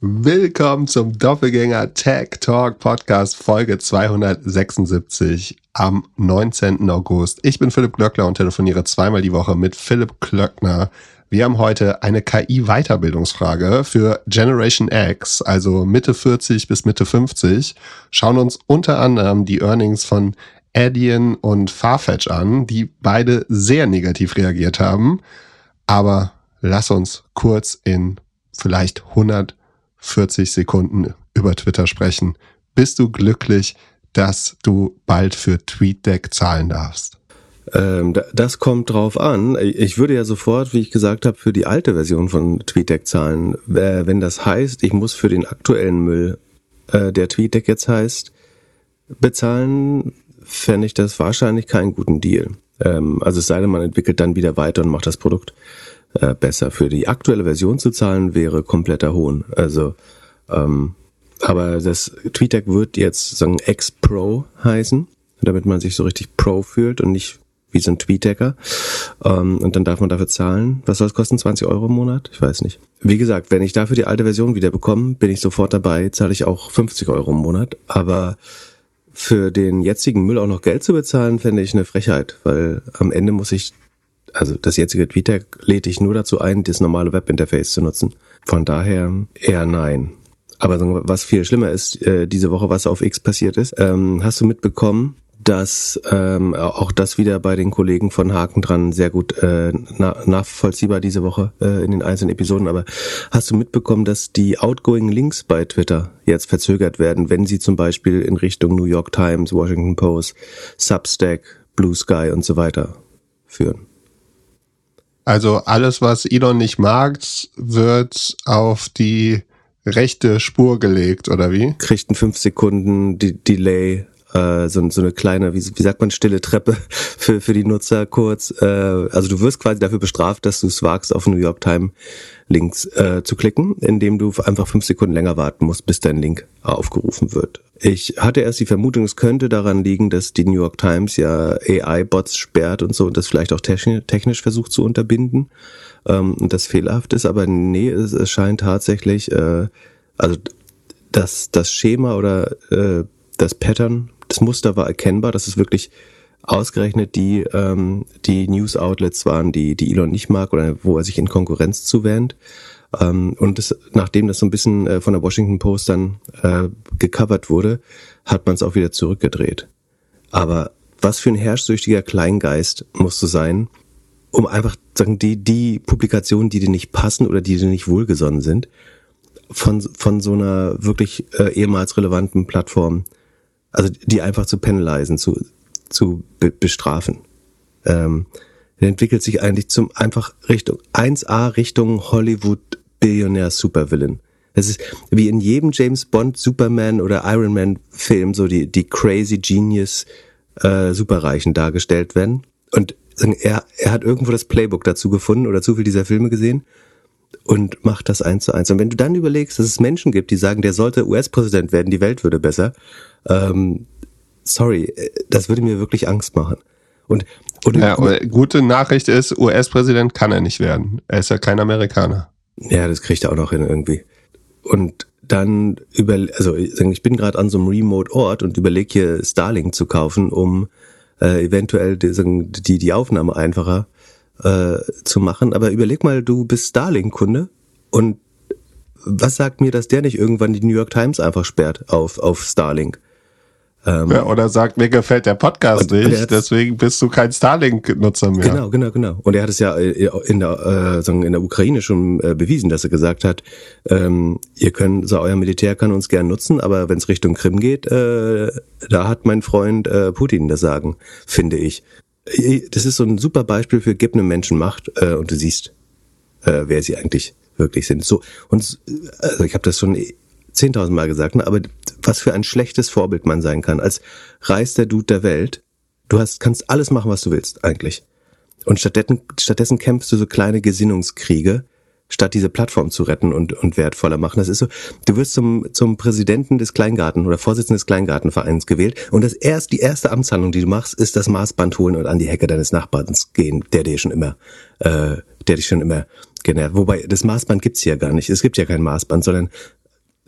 Willkommen zum Doppelgänger Tech Talk Podcast Folge 276 am 19. August. Ich bin Philipp Glöckler und telefoniere zweimal die Woche mit Philipp Klöckner. Wir haben heute eine KI-Weiterbildungsfrage für Generation X, also Mitte 40 bis Mitte 50. Schauen uns unter anderem die Earnings von Adyen und Farfetch an, die beide sehr negativ reagiert haben. Aber lass uns kurz in vielleicht 140 Sekunden über Twitter sprechen. Bist du glücklich, dass du bald für TweetDeck zahlen darfst? Das kommt drauf an. Ich würde ja sofort, wie ich gesagt habe, für die alte Version von TweetDeck zahlen. Wenn das heißt, ich muss für den aktuellen Müll, der TweetDeck jetzt heißt, bezahlen, fände ich das wahrscheinlich keinen guten Deal. Also es sei denn, man entwickelt dann wieder weiter und macht das Produkt besser. Für die aktuelle Version zu zahlen, wäre kompletter Hohn. Also, aber das TweetDeck wird jetzt sagen X Pro heißen, damit man sich so richtig Pro fühlt und nicht wie so ein Tweetdecker. Und dann darf man dafür zahlen. Was soll es kosten? 20 Euro im Monat? Ich weiß nicht. Wie gesagt, wenn ich dafür die alte Version wieder bekomme, bin ich sofort dabei, zahle ich auch 50 Euro im Monat. Aber für den jetzigen Müll auch noch Geld zu bezahlen, fände ich eine Frechheit, weil am Ende muss ich, also das jetzige TweetDeck lädt dich nur dazu ein, das normale Webinterface zu nutzen. Von daher eher nein. Aber was viel schlimmer ist, diese Woche, was auf X passiert ist, hast du mitbekommen, dass auch das wieder bei den Kollegen von Haken dran sehr gut nachvollziehbar diese Woche in den einzelnen Episoden, aber hast du mitbekommen, dass die outgoing Links bei Twitter jetzt verzögert werden, wenn sie zum Beispiel in Richtung New York Times, Washington Post, Substack, Blue Sky und so weiter führen? Also alles, was Elon nicht mag, wird auf die rechte Spur gelegt, oder wie? Kriegt einen 5 Sekunden Delay, so eine kleine, wie sagt man, stille Treppe für die Nutzer kurz. Also du wirst quasi dafür bestraft, dass du es wagst, auf New York Times Links zu klicken, indem du einfach 5 Sekunden länger warten musst, bis dein Link aufgerufen wird. Ich hatte erst die Vermutung, es könnte daran liegen, dass die New York Times ja AI-Bots sperrt und so und das vielleicht auch technisch versucht zu unterbinden und das fehlerhaft ist, aber nee, es scheint tatsächlich, also das Schema oder das Pattern, das Muster war erkennbar, dass es wirklich ausgerechnet die News-Outlets waren, die Elon nicht mag oder wo er sich in Konkurrenz zuwähnt. Und nachdem das so ein bisschen von der Washington Post dann gecovert wurde, hat man es auch wieder zurückgedreht. Aber was für ein herrschsüchtiger Kleingeist musst du sein, um einfach sagen die Publikationen, die dir nicht passen oder die dir nicht wohlgesonnen sind, von so einer wirklich ehemals relevanten Plattform, also die einfach zu penalisen, zu bestrafen. Entwickelt sich eigentlich einfach Richtung 1A Richtung Hollywood Billionär Supervillain. Das ist wie in jedem James Bond, Superman oder Iron Man Film so die crazy Genius Superreichen dargestellt werden. Und er hat irgendwo das Playbook dazu gefunden oder zu viel dieser Filme gesehen und macht das 1:1. Und wenn du dann überlegst, dass es Menschen gibt, die sagen, der sollte US-Präsident werden, die Welt würde besser, sorry, das würde mir wirklich Angst machen. Und gute Nachricht ist, US-Präsident kann er nicht werden. Er ist ja kein Amerikaner. Ja, das kriegt er auch noch hin irgendwie. Und dann ich bin gerade an so einem Remote-Ort und überlege hier Starlink zu kaufen, um eventuell die Aufnahme einfacher zu machen. Aber überleg mal, du bist Starlink-Kunde und was sagt mir, dass der nicht irgendwann die New York Times einfach sperrt auf Starlink? Oder sagt, mir gefällt der Podcast nicht, deswegen bist du kein Starlink-Nutzer mehr. Genau. Und er hat es ja in der Ukraine schon bewiesen, dass er gesagt hat, euer Militär kann uns gern nutzen, aber wenn es Richtung Krim geht, da hat mein Freund Putin das Sagen, finde ich. Das ist so ein super Beispiel für gib einem Menschen Macht und du siehst, wer sie eigentlich wirklich sind. So, und also ich habe das schon 10.000 Mal gesagt, ne? Aber was für ein schlechtes Vorbild man sein kann. Als reichster Dude der Welt, kannst alles machen, was du willst, eigentlich. Und stattdessen kämpfst du so kleine Gesinnungskriege, statt diese Plattform zu retten und wertvoller machen. Das ist so, du wirst zum Präsidenten des Kleingarten oder Vorsitzenden des Kleingartenvereins gewählt und die erste Amtshandlung, die du machst, ist das Maßband holen und an die Hecke deines Nachbarns gehen, der dich schon immer genervt. Wobei, das Maßband gibt's hier gar nicht. Es gibt ja kein Maßband, sondern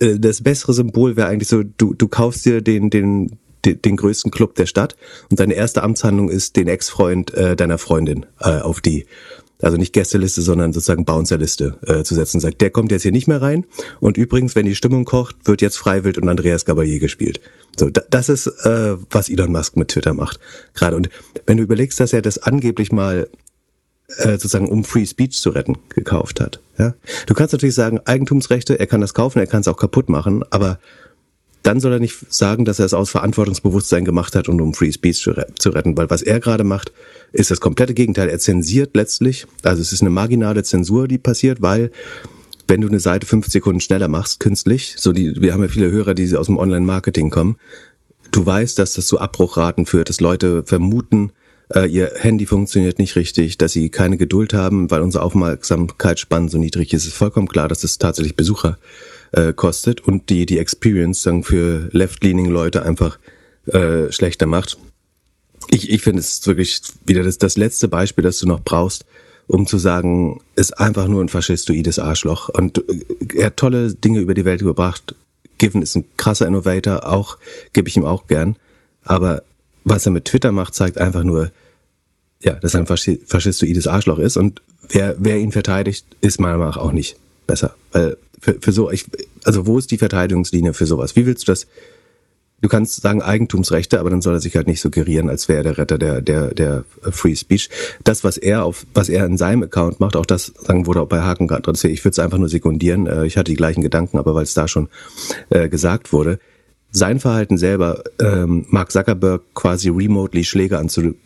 das bessere Symbol wäre eigentlich so, du kaufst dir den größten Club der Stadt und deine erste Amtshandlung ist, den Ex-Freund deiner Freundin auf die, also nicht Gästeliste, sondern sozusagen Bouncerliste zu setzen. Sagt, der kommt jetzt hier nicht mehr rein. Und übrigens, wenn die Stimmung kocht, wird jetzt Freiwild und Andreas Gabalier gespielt. So, das ist, was Elon Musk mit Twitter macht. Gerade. Und wenn du überlegst, dass er das angeblich mal sozusagen um Free Speech zu retten, gekauft hat. Ja? Du kannst natürlich sagen, Eigentumsrechte, er kann das kaufen, er kann es auch kaputt machen, aber dann soll er nicht sagen, dass er es aus Verantwortungsbewusstsein gemacht hat und um Free Speech zu retten, weil was er gerade macht, ist das komplette Gegenteil. Er zensiert letztlich, also es ist eine marginale Zensur, die passiert, weil wenn du eine Seite 5 Sekunden schneller machst, künstlich, wir haben ja viele Hörer, die aus dem Online-Marketing kommen, du weißt, dass das zu Abbruchraten führt, dass Leute vermuten, ihr Handy funktioniert nicht richtig, dass sie keine Geduld haben, weil unsere Aufmerksamkeitsspanne so niedrig ist. Es ist vollkommen klar, dass das tatsächlich Besucher kostet und die Experience dann für left-leaning Leute einfach schlechter macht. Ich finde, es ist wirklich wieder das letzte Beispiel, das du noch brauchst, um zu sagen, ist einfach nur ein faschistoides Arschloch. Und er hat tolle Dinge über die Welt gebracht. Given ist ein krasser Innovator, auch gebe ich ihm auch gern. Aber was er mit Twitter macht, zeigt einfach nur, ja, dass er ein faschistoides Arschloch ist. Und wer ihn verteidigt, ist meiner Meinung nach auch nicht besser. Weil wo ist die Verteidigungslinie für sowas? Wie willst du das? Du kannst sagen Eigentumsrechte, aber dann soll er sich halt nicht suggerieren, als wäre er der Retter der Free Speech. Das, was er in seinem Account macht, auch das wurde auch bei Haken gerade dran. Ich würde es einfach nur sekundieren. Ich hatte die gleichen Gedanken, aber weil es da schon gesagt wurde. Sein Verhalten selber, Mark Zuckerberg quasi remotely Schläge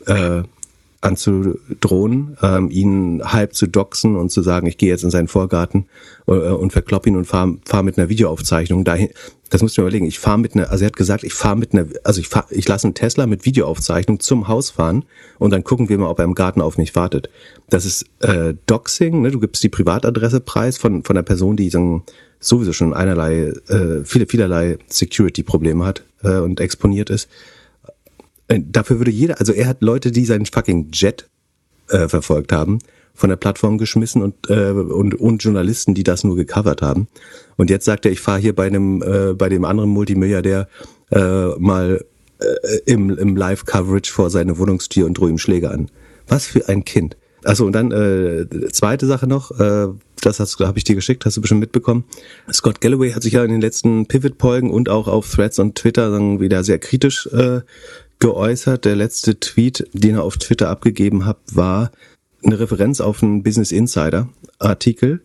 anzudrohen, ihn halb zu doxen und zu sagen, ich gehe jetzt in seinen Vorgarten und verklopp ihn und fahr mit einer Videoaufzeichnung dahin. Das musst du mir überlegen. Er hat gesagt, ich lasse einen Tesla mit Videoaufzeichnung zum Haus fahren und dann gucken wir mal, ob er im Garten auf mich wartet. Das ist Doxing, ne? Du gibst die Privatadresse preis von einer Person, die sowieso schon vielerlei Security-Probleme hat und exponiert ist. Dafür würde er hat Leute, die seinen fucking Jet verfolgt haben, von der Plattform geschmissen und Journalisten, die das nur gecovert haben. Und jetzt sagt er, ich fahre hier bei dem anderen Multimilliardär mal im Live-Coverage vor seine Wohnungstür und drohe ihm Schläge an. Was für ein Kind. Achso, und dann zweite Sache noch, das habe ich dir geschickt, hast du bestimmt mitbekommen. Scott Galloway hat sich ja in den letzten Pivot-Folgen und auch auf Threads und Twitter dann wieder sehr kritisch geäußert. Der letzte Tweet, den er auf Twitter abgegeben hat, war eine Referenz auf einen Business Insider Artikel.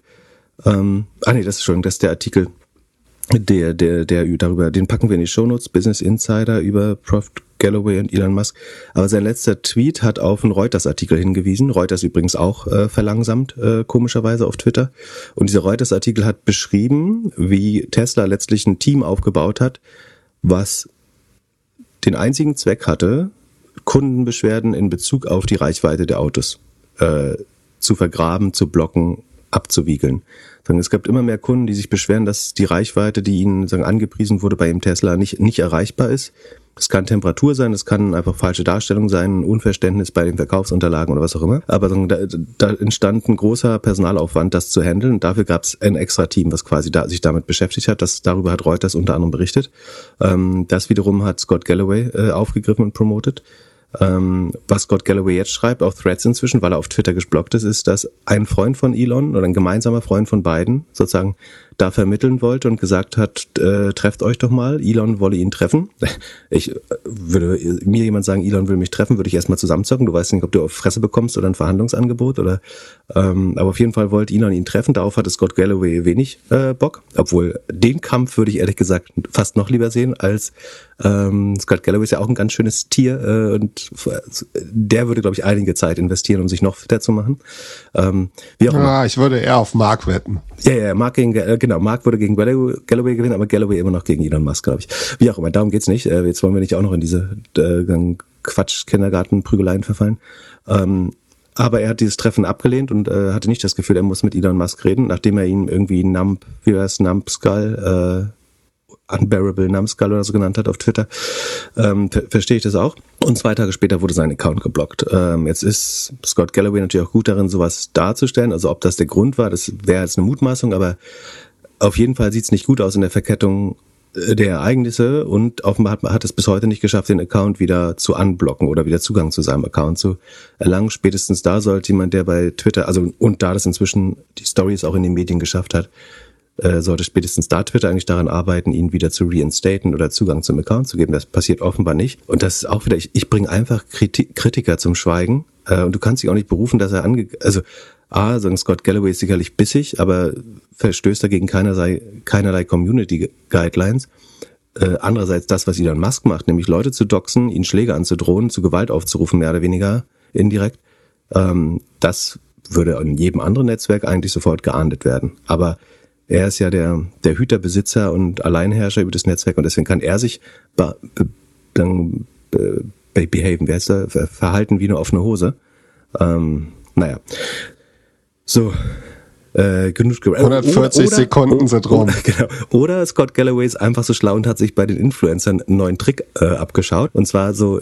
Das ist der Artikel, der darüber, den packen wir in die Shownotes, Business Insider über Prof. Galloway und Elon Musk. Aber sein letzter Tweet hat auf einen Reuters-Artikel hingewiesen. Reuters übrigens auch verlangsamt, komischerweise auf Twitter. Und dieser Reuters-Artikel hat beschrieben, wie Tesla letztlich ein Team aufgebaut hat, was den einzigen Zweck hatte, Kundenbeschwerden in Bezug auf die Reichweite der Autos zu vergraben, zu blocken, abzuwiegeln. Es gab immer mehr Kunden, die sich beschweren, dass die Reichweite, die ihnen angepriesen wurde bei dem Tesla, nicht erreichbar ist. Es kann Temperatur sein, es kann einfach falsche Darstellung sein, Unverständnis bei den Verkaufsunterlagen oder was auch immer. Aber da entstand ein großer Personalaufwand, das zu handeln. Und dafür gab es ein extra Team, was quasi sich damit beschäftigt hat. Darüber hat Reuters unter anderem berichtet. Das wiederum hat Scott Galloway aufgegriffen und promotet. Was Scott Galloway jetzt schreibt, auf Threads inzwischen, weil er auf Twitter gesblockt ist, dass ein Freund von Elon oder ein gemeinsamer Freund von beiden sozusagen da vermitteln wollte und gesagt hat, trefft euch doch mal, Elon wolle ihn treffen. Würde mir jemand sagen, Elon will mich treffen, würde ich erstmal zusammenzocken. Du weißt nicht, ob du auf Fresse bekommst oder ein Verhandlungsangebot oder aber auf jeden Fall wollte Elon ihn treffen. Darauf hatte Scott Galloway wenig Bock, obwohl den Kampf würde ich ehrlich gesagt fast noch lieber sehen als Scott Galloway ist ja auch ein ganz schönes Tier und der würde, glaube ich, einige Zeit investieren, um sich noch fitter zu machen. Wie auch immer. Ich würde eher auf Mark wetten. Ja, Mark würde gegen Galloway gewinnen, aber Galloway immer noch gegen Elon Musk, glaube ich. Wie auch immer, darum geht's nicht. Jetzt wollen wir nicht auch noch in diese Quatsch-Kindergarten-Prügeleien verfallen. Aber er hat dieses Treffen abgelehnt und hatte nicht das Gefühl, er muss mit Elon Musk reden, nachdem er ihn irgendwie Unbearable Numbskull oder so genannt hat auf Twitter. Verstehe ich das auch. Und 2 Tage später wurde sein Account geblockt. Jetzt ist Scott Galloway natürlich auch gut darin, sowas darzustellen. Also ob das der Grund war, das wäre jetzt eine Mutmaßung, aber auf jeden Fall sieht es nicht gut aus in der Verkettung der Ereignisse und offenbar hat es bis heute nicht geschafft, den Account wieder zu unblocken oder wieder Zugang zu seinem Account zu erlangen. Spätestens da sollte jemand, der bei Twitter, also und da das inzwischen die Stories auch in den Medien geschafft hat, sollte spätestens da Twitter eigentlich daran arbeiten, ihn wieder zu reinstaten oder Zugang zum Account zu geben. Das passiert offenbar nicht. Und das ist auch wieder, ich bringe einfach Kritiker zum Schweigen. Und du kannst dich auch nicht berufen, dass er sagen Scott Galloway ist sicherlich bissig, aber verstößt dagegen keinerlei Community Guidelines. Andererseits das, was Elon Musk macht, nämlich Leute zu doxen, ihnen Schläge anzudrohen, zu Gewalt aufzurufen, mehr oder weniger indirekt, das würde in jedem anderen Netzwerk eigentlich sofort geahndet werden. Aber er ist ja der Hüterbesitzer und Alleinherrscher über das Netzwerk und deswegen kann er sich behaven, wer ist da, verhalten wie eine offene Hose. Naja. So, genug 140 Sekunden sind rum. Genau. Oder Scott Galloway ist einfach so schlau und hat sich bei den Influencern einen neuen Trick abgeschaut. Und zwar so,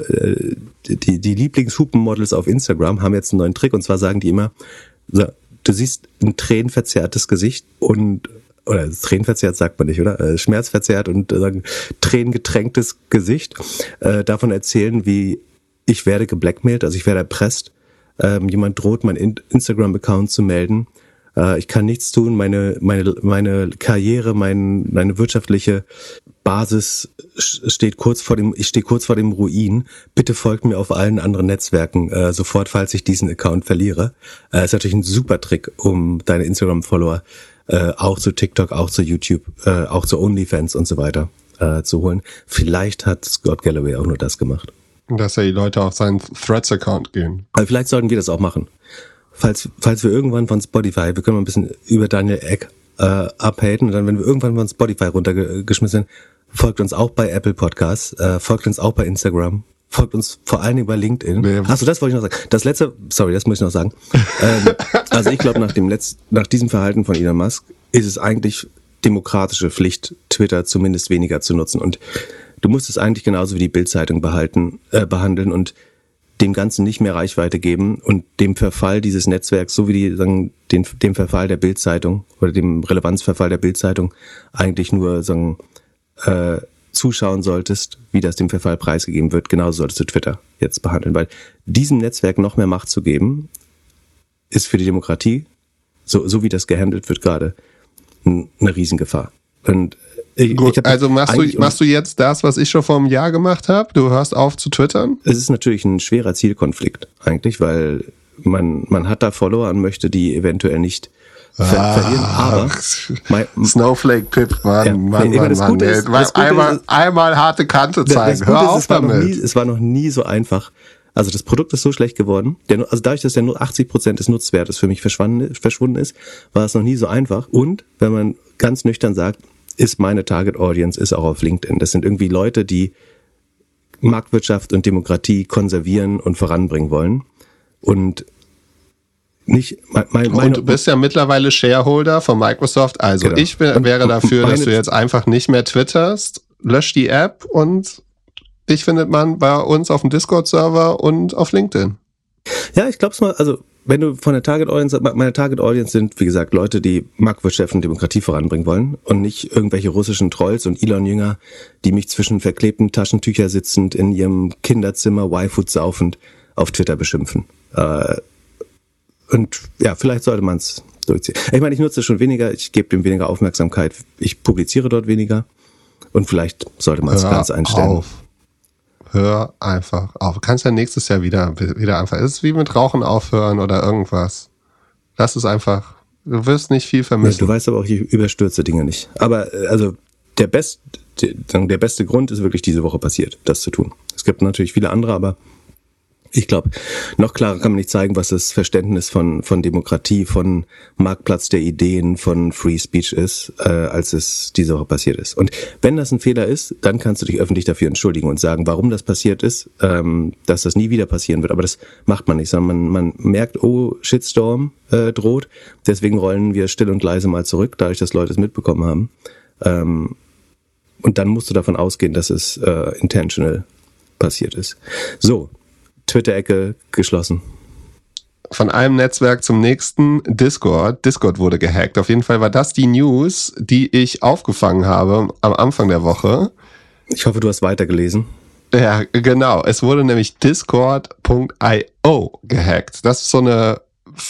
die Lieblingshupenmodels auf Instagram haben jetzt einen neuen Trick und zwar sagen die immer, so, du siehst ein tränenverzerrtes Gesicht oder tränenverzerrt sagt man nicht, oder? Schmerzverzerrt und tränengetränktes Gesicht. Davon erzählen, wie ich werde geblackmailt, also ich werde erpresst. Jemand droht, meinen Instagram-Account zu melden. Ich kann nichts tun, meine Karriere, meine wirtschaftliche Basis steht kurz vor dem Ruin. Bitte folgt mir auf allen anderen Netzwerken sofort, falls ich diesen Account verliere. Ist natürlich ein super Trick, um deine Instagram-Follower auch zu TikTok, auch zu YouTube, auch zu OnlyFans und so weiter zu holen. Vielleicht hat Scott Galloway auch nur das gemacht. Dass ja die Leute auf seinen Threads-Account gehen. Aber vielleicht sollten wir das auch machen. Falls wir irgendwann von Spotify, wir können mal ein bisschen über Daniel Ek abhaten und dann, wenn wir irgendwann von Spotify runtergeschmissen sind, folgt uns auch bei Apple Podcasts, folgt uns auch bei Instagram, folgt uns vor allen Dingen bei LinkedIn. Nee. Achso, das wollte ich noch sagen. Das muss ich noch sagen. Also ich glaube, nach diesem Verhalten von Elon Musk ist es eigentlich demokratische Pflicht, Twitter zumindest weniger zu nutzen. Und du musst es eigentlich genauso wie die Bild-Zeitung behandeln und dem Ganzen nicht mehr Reichweite geben und dem Verfall dieses Netzwerks, so wie die sagen, dem Verfall der Bild-Zeitung oder dem Relevanzverfall der Bild-Zeitung eigentlich nur sagen, zuschauen solltest, wie das dem Verfall preisgegeben wird. Genauso solltest du Twitter jetzt behandeln, weil diesem Netzwerk noch mehr Macht zu geben, ist für die Demokratie, so wie das gehandelt wird gerade, eine Riesengefahr. Und gut, also machst du jetzt das, was ich schon vor einem Jahr gemacht habe? Du hörst auf zu twittern? Es ist natürlich ein schwerer Zielkonflikt eigentlich, weil man hat da Follower und möchte die eventuell nicht verlieren. Aber Snowflake Pip, Mann. Einmal harte Kante zeigen. Hör auf damit. Es war noch nie so einfach. Also das Produkt ist so schlecht geworden. Also dadurch, dass ja nur 80% des Nutzwertes für mich verschwunden ist, war es noch nie so einfach. Und wenn man ganz nüchtern sagt, ist meine Target Audience ist auch auf LinkedIn. Das sind irgendwie Leute, die Marktwirtschaft und Demokratie konservieren und voranbringen wollen. Und nicht und du bist ja mittlerweile Shareholder von Microsoft. Also genau. Ich wäre dafür, dass du jetzt einfach nicht mehr twitterst, lösch die App und dich findet man bei uns auf dem Discord-Server und auf LinkedIn. Ja, ich glaube es mal, also wenn du von der Target Audience, meine Target Audience sind, wie gesagt, Leute, die Marktwirtschaft und Demokratie voranbringen wollen und nicht irgendwelche russischen Trolls und Elon-Jünger, die mich zwischen verklebten Taschentücher sitzend in ihrem Kinderzimmer Y-Food saufend auf Twitter beschimpfen. Und ja, vielleicht sollte man es durchziehen. Ich meine, ich nutze schon weniger, ich gebe dem weniger Aufmerksamkeit, ich publiziere dort weniger und vielleicht sollte man es ganz einstellen. Hör einfach auf. Du kannst ja nächstes Jahr wieder einfach. Es ist wie mit Rauchen aufhören oder irgendwas. Lass es einfach. Du wirst nicht viel vermissen. Ja, du weißt aber auch, ich überstürze Dinge nicht. Aber also der beste Grund ist wirklich diese Woche passiert, das zu tun. Es gibt natürlich viele andere, aber ich glaube, noch klarer kann man nicht zeigen, was das Verständnis von Demokratie, von Marktplatz der Ideen, von Free Speech ist, als es diese Woche passiert ist. Und wenn das ein Fehler ist, dann kannst du dich öffentlich dafür entschuldigen und sagen, warum das passiert ist, dass das nie wieder passieren wird. Aber das macht man nicht, sondern man merkt, oh, Shitstorm droht. Deswegen rollen wir still und leise mal zurück, dadurch, dass Leute es mitbekommen haben. Und dann musst du davon ausgehen, dass es intentional passiert ist. So. Twitter-Ecke geschlossen. von einem Netzwerk zum nächsten. Discord wurde gehackt. Auf jeden Fall war das die News, die ich aufgefangen habe am Anfang der Woche. Ich hoffe, du hast weitergelesen. Ja, genau. Es wurde nämlich discord.io gehackt. Das ist so eine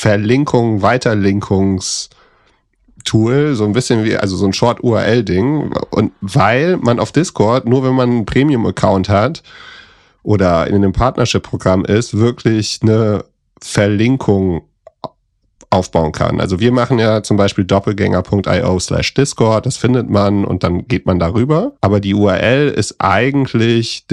Weiterlinkungstool, so ein bisschen wie, also so ein Short-URL-Ding. Und weil man auf Discord, nur wenn man einen Premium-Account hat oder in einem Partnership-Programm ist, wirklich eine Verlinkung aufbauen kann. Also wir machen ja zum Beispiel doppelgänger.io/Discord, das findet man und dann geht man darüber. Aber die URL ist eigentlich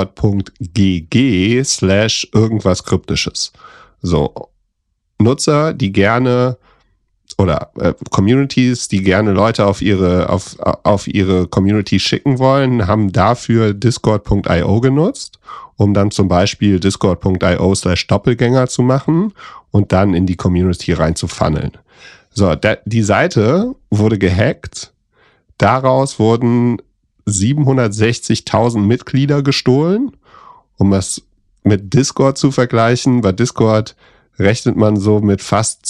discord.gg/ irgendwas Kryptisches. So, Nutzer, die gerne oder Communities, die gerne Leute auf ihre Community schicken wollen, haben dafür discord.io genutzt, um dann zum Beispiel discord.io/Doppelgänger zu machen und dann in die Community rein zu funneln. So, die Seite wurde gehackt. Daraus wurden 760.000 Mitglieder gestohlen. Um das mit Discord zu vergleichen, bei Discord rechnet man so mit fast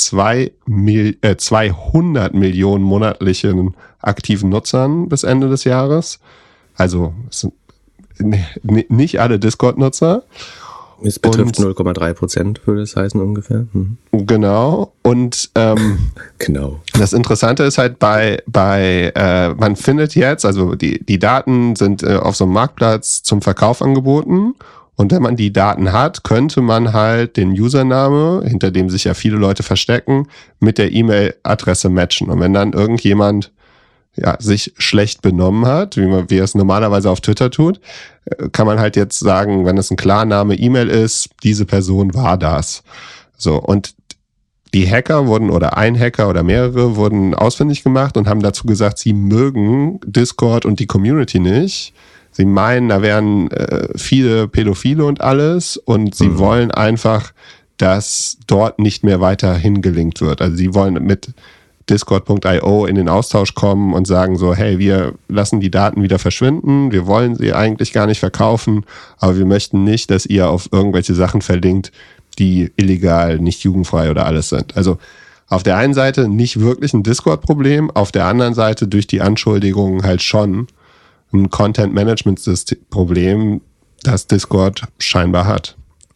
200 Millionen monatlichen aktiven Nutzern bis Ende des Jahres. Also es sind nicht alle Discord-Nutzer. Es betrifft 0,3%, würde es heißen ungefähr. Mhm. Genau. Und genau. Das Interessante ist halt man findet jetzt, also die Daten sind auf so einem Marktplatz zum Verkauf angeboten. Und wenn man die Daten hat, könnte man halt den Username, hinter dem sich ja viele Leute verstecken, mit der E-Mail-Adresse matchen. Und wenn dann irgendjemand sich schlecht benommen hat, wie er es normalerweise auf Twitter tut, kann man halt jetzt sagen, wenn es ein Klarname E-Mail ist, diese Person war das. So, und die Hacker ein Hacker oder mehrere wurden ausfindig gemacht und haben dazu gesagt, sie mögen Discord und die Community nicht. Sie meinen, da wären viele Pädophile und alles und sie wollen einfach, dass dort nicht mehr weiter hingelinkt wird. Also sie wollen mit discord.io in den Austausch kommen und sagen so, hey, wir lassen die Daten wieder verschwinden, wir wollen sie eigentlich gar nicht verkaufen, aber wir möchten nicht, dass ihr auf irgendwelche Sachen verlinkt, die illegal, nicht jugendfrei oder alles sind. Also auf der einen Seite nicht wirklich ein Discord-Problem, auf der anderen Seite durch die Anschuldigungen halt schon ein Content-Management-Problem, das Discord scheinbar hat.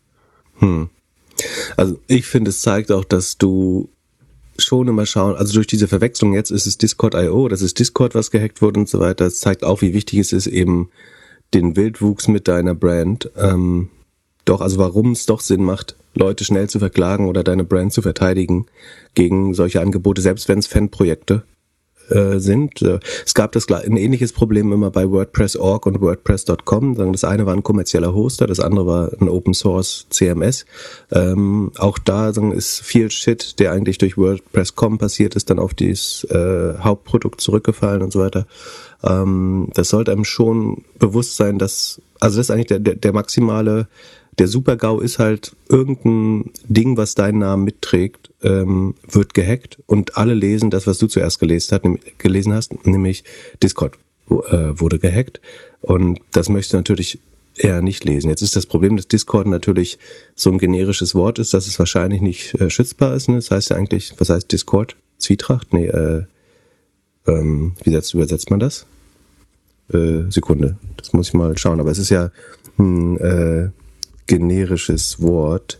Also ich finde, es zeigt auch, dass du schon immer schauen, also durch diese Verwechslung jetzt ist es Discord.io, das ist Discord, was gehackt wurde und so weiter. Es zeigt auch, wie wichtig es ist, eben den Wildwuchs mit deiner Brand, also warum es doch Sinn macht, Leute schnell zu verklagen oder deine Brand zu verteidigen gegen solche Angebote, selbst wenn es Fanprojekte sind. Es gab ein ähnliches Problem immer bei WordPress.org und WordPress.com. Das eine war ein kommerzieller Hoster, das andere war ein Open Source CMS. Auch da ist viel Shit, der eigentlich durch WordPress.com passiert ist, dann auf dieses Hauptprodukt zurückgefallen und so weiter. Das sollte einem schon bewusst sein, das ist eigentlich der maximale, der Super-GAU ist halt irgendein Ding, was deinen Namen mitträgt, wird gehackt und alle lesen das, was du zuerst gelesen hast, nämlich Discord wurde gehackt und das möchtest du natürlich eher nicht lesen. Jetzt ist das Problem, dass Discord natürlich so ein generisches Wort ist, dass es wahrscheinlich nicht schützbar ist. Ne? Das heißt ja eigentlich, was heißt Discord? Zwietracht? Nee, wie übersetzt man das? Sekunde, das muss ich mal schauen, aber es ist ja ein generisches Wort.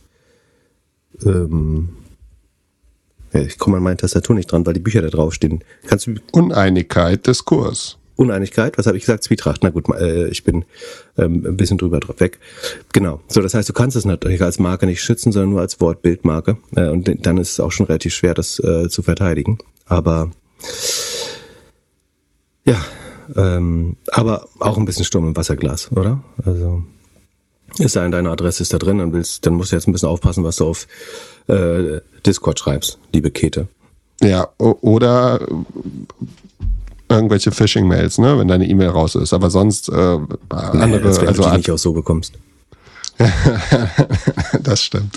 Ich komme an meine Tastatur nicht dran, weil die Bücher da draufstehen. Uneinigkeit, Diskurs. Uneinigkeit, was habe ich gesagt? Zwietracht. Na gut, ich bin ein bisschen drüber weg. Genau. So, das heißt, du kannst es natürlich als Marke nicht schützen, sondern nur als Wortbildmarke. Und dann ist es auch schon relativ schwer, das zu verteidigen. Aber ja, aber auch ein bisschen Sturm im Wasserglas, oder? Also ist ja deine Adresse ist da drin, dann musst du jetzt ein bisschen aufpassen, was du auf Discord schreibst, liebe Käthe. Ja, oder irgendwelche Phishing-Mails, ne, wenn deine E-Mail raus ist. Aber sonst andere, das wäre also nicht auch so bekommst. Das stimmt.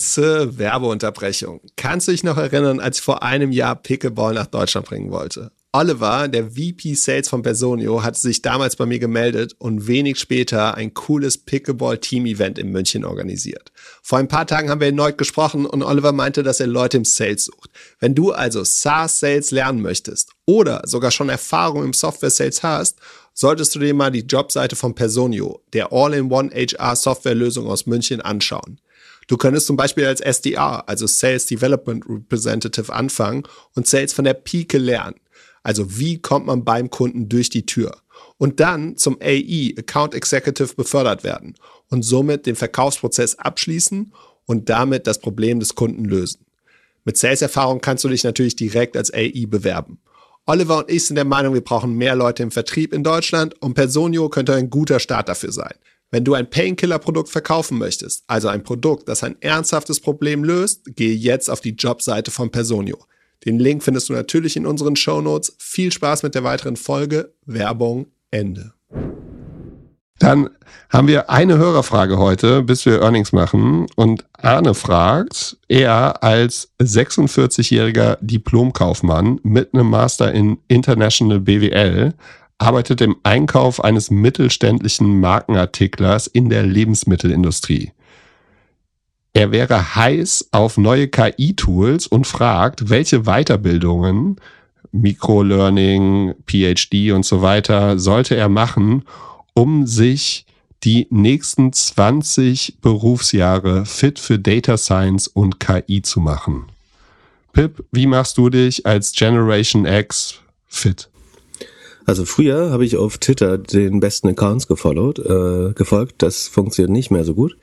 Kurze Werbeunterbrechung. Kannst du dich noch erinnern, als ich vor einem Jahr Pickleball nach Deutschland bringen wollte? Oliver, der VP Sales von Personio, hatte sich damals bei mir gemeldet und wenig später ein cooles Pickleball-Team-Event in München organisiert. Vor ein paar Tagen haben wir erneut gesprochen und Oliver meinte, dass er Leute im Sales sucht. Wenn du also SaaS-Sales lernen möchtest oder sogar schon Erfahrung im Software-Sales hast, solltest du dir mal die Jobseite von Personio, der All-in-One HR-Software-Lösung aus München, anschauen. Du könntest zum Beispiel als SDR, also Sales Development Representative, anfangen und Sales von der Pike lernen. Also wie kommt man beim Kunden durch die Tür? Und dann zum AE, Account Executive, befördert werden und somit den Verkaufsprozess abschließen und damit das Problem des Kunden lösen. Mit Sales-Erfahrung kannst du dich natürlich direkt als AE bewerben. Oliver und ich sind der Meinung, wir brauchen mehr Leute im Vertrieb in Deutschland und Personio könnte ein guter Start dafür sein. Wenn du ein Painkiller-Produkt verkaufen möchtest, also ein Produkt, das ein ernsthaftes Problem löst, gehe jetzt auf die Jobseite von Personio. Den Link findest du natürlich in unseren Shownotes. Viel Spaß mit der weiteren Folge. Werbung Ende. Dann haben wir eine Hörerfrage heute, bis wir Earnings machen. Und Arne fragt, er als 46-jähriger Diplomkaufmann mit einem Master in International BWL arbeitet im Einkauf eines mittelständischen Markenartiklers in der Lebensmittelindustrie. Er wäre heiß auf neue KI-Tools und fragt, welche Weiterbildungen, Microlearning, PhD und so weiter, sollte er machen, um sich die nächsten 20 Berufsjahre fit für Data Science und KI zu machen. Pip, wie machst du dich als Generation X fit? Also früher habe ich auf Twitter den besten Accounts gefolgt. Das funktioniert nicht mehr so gut.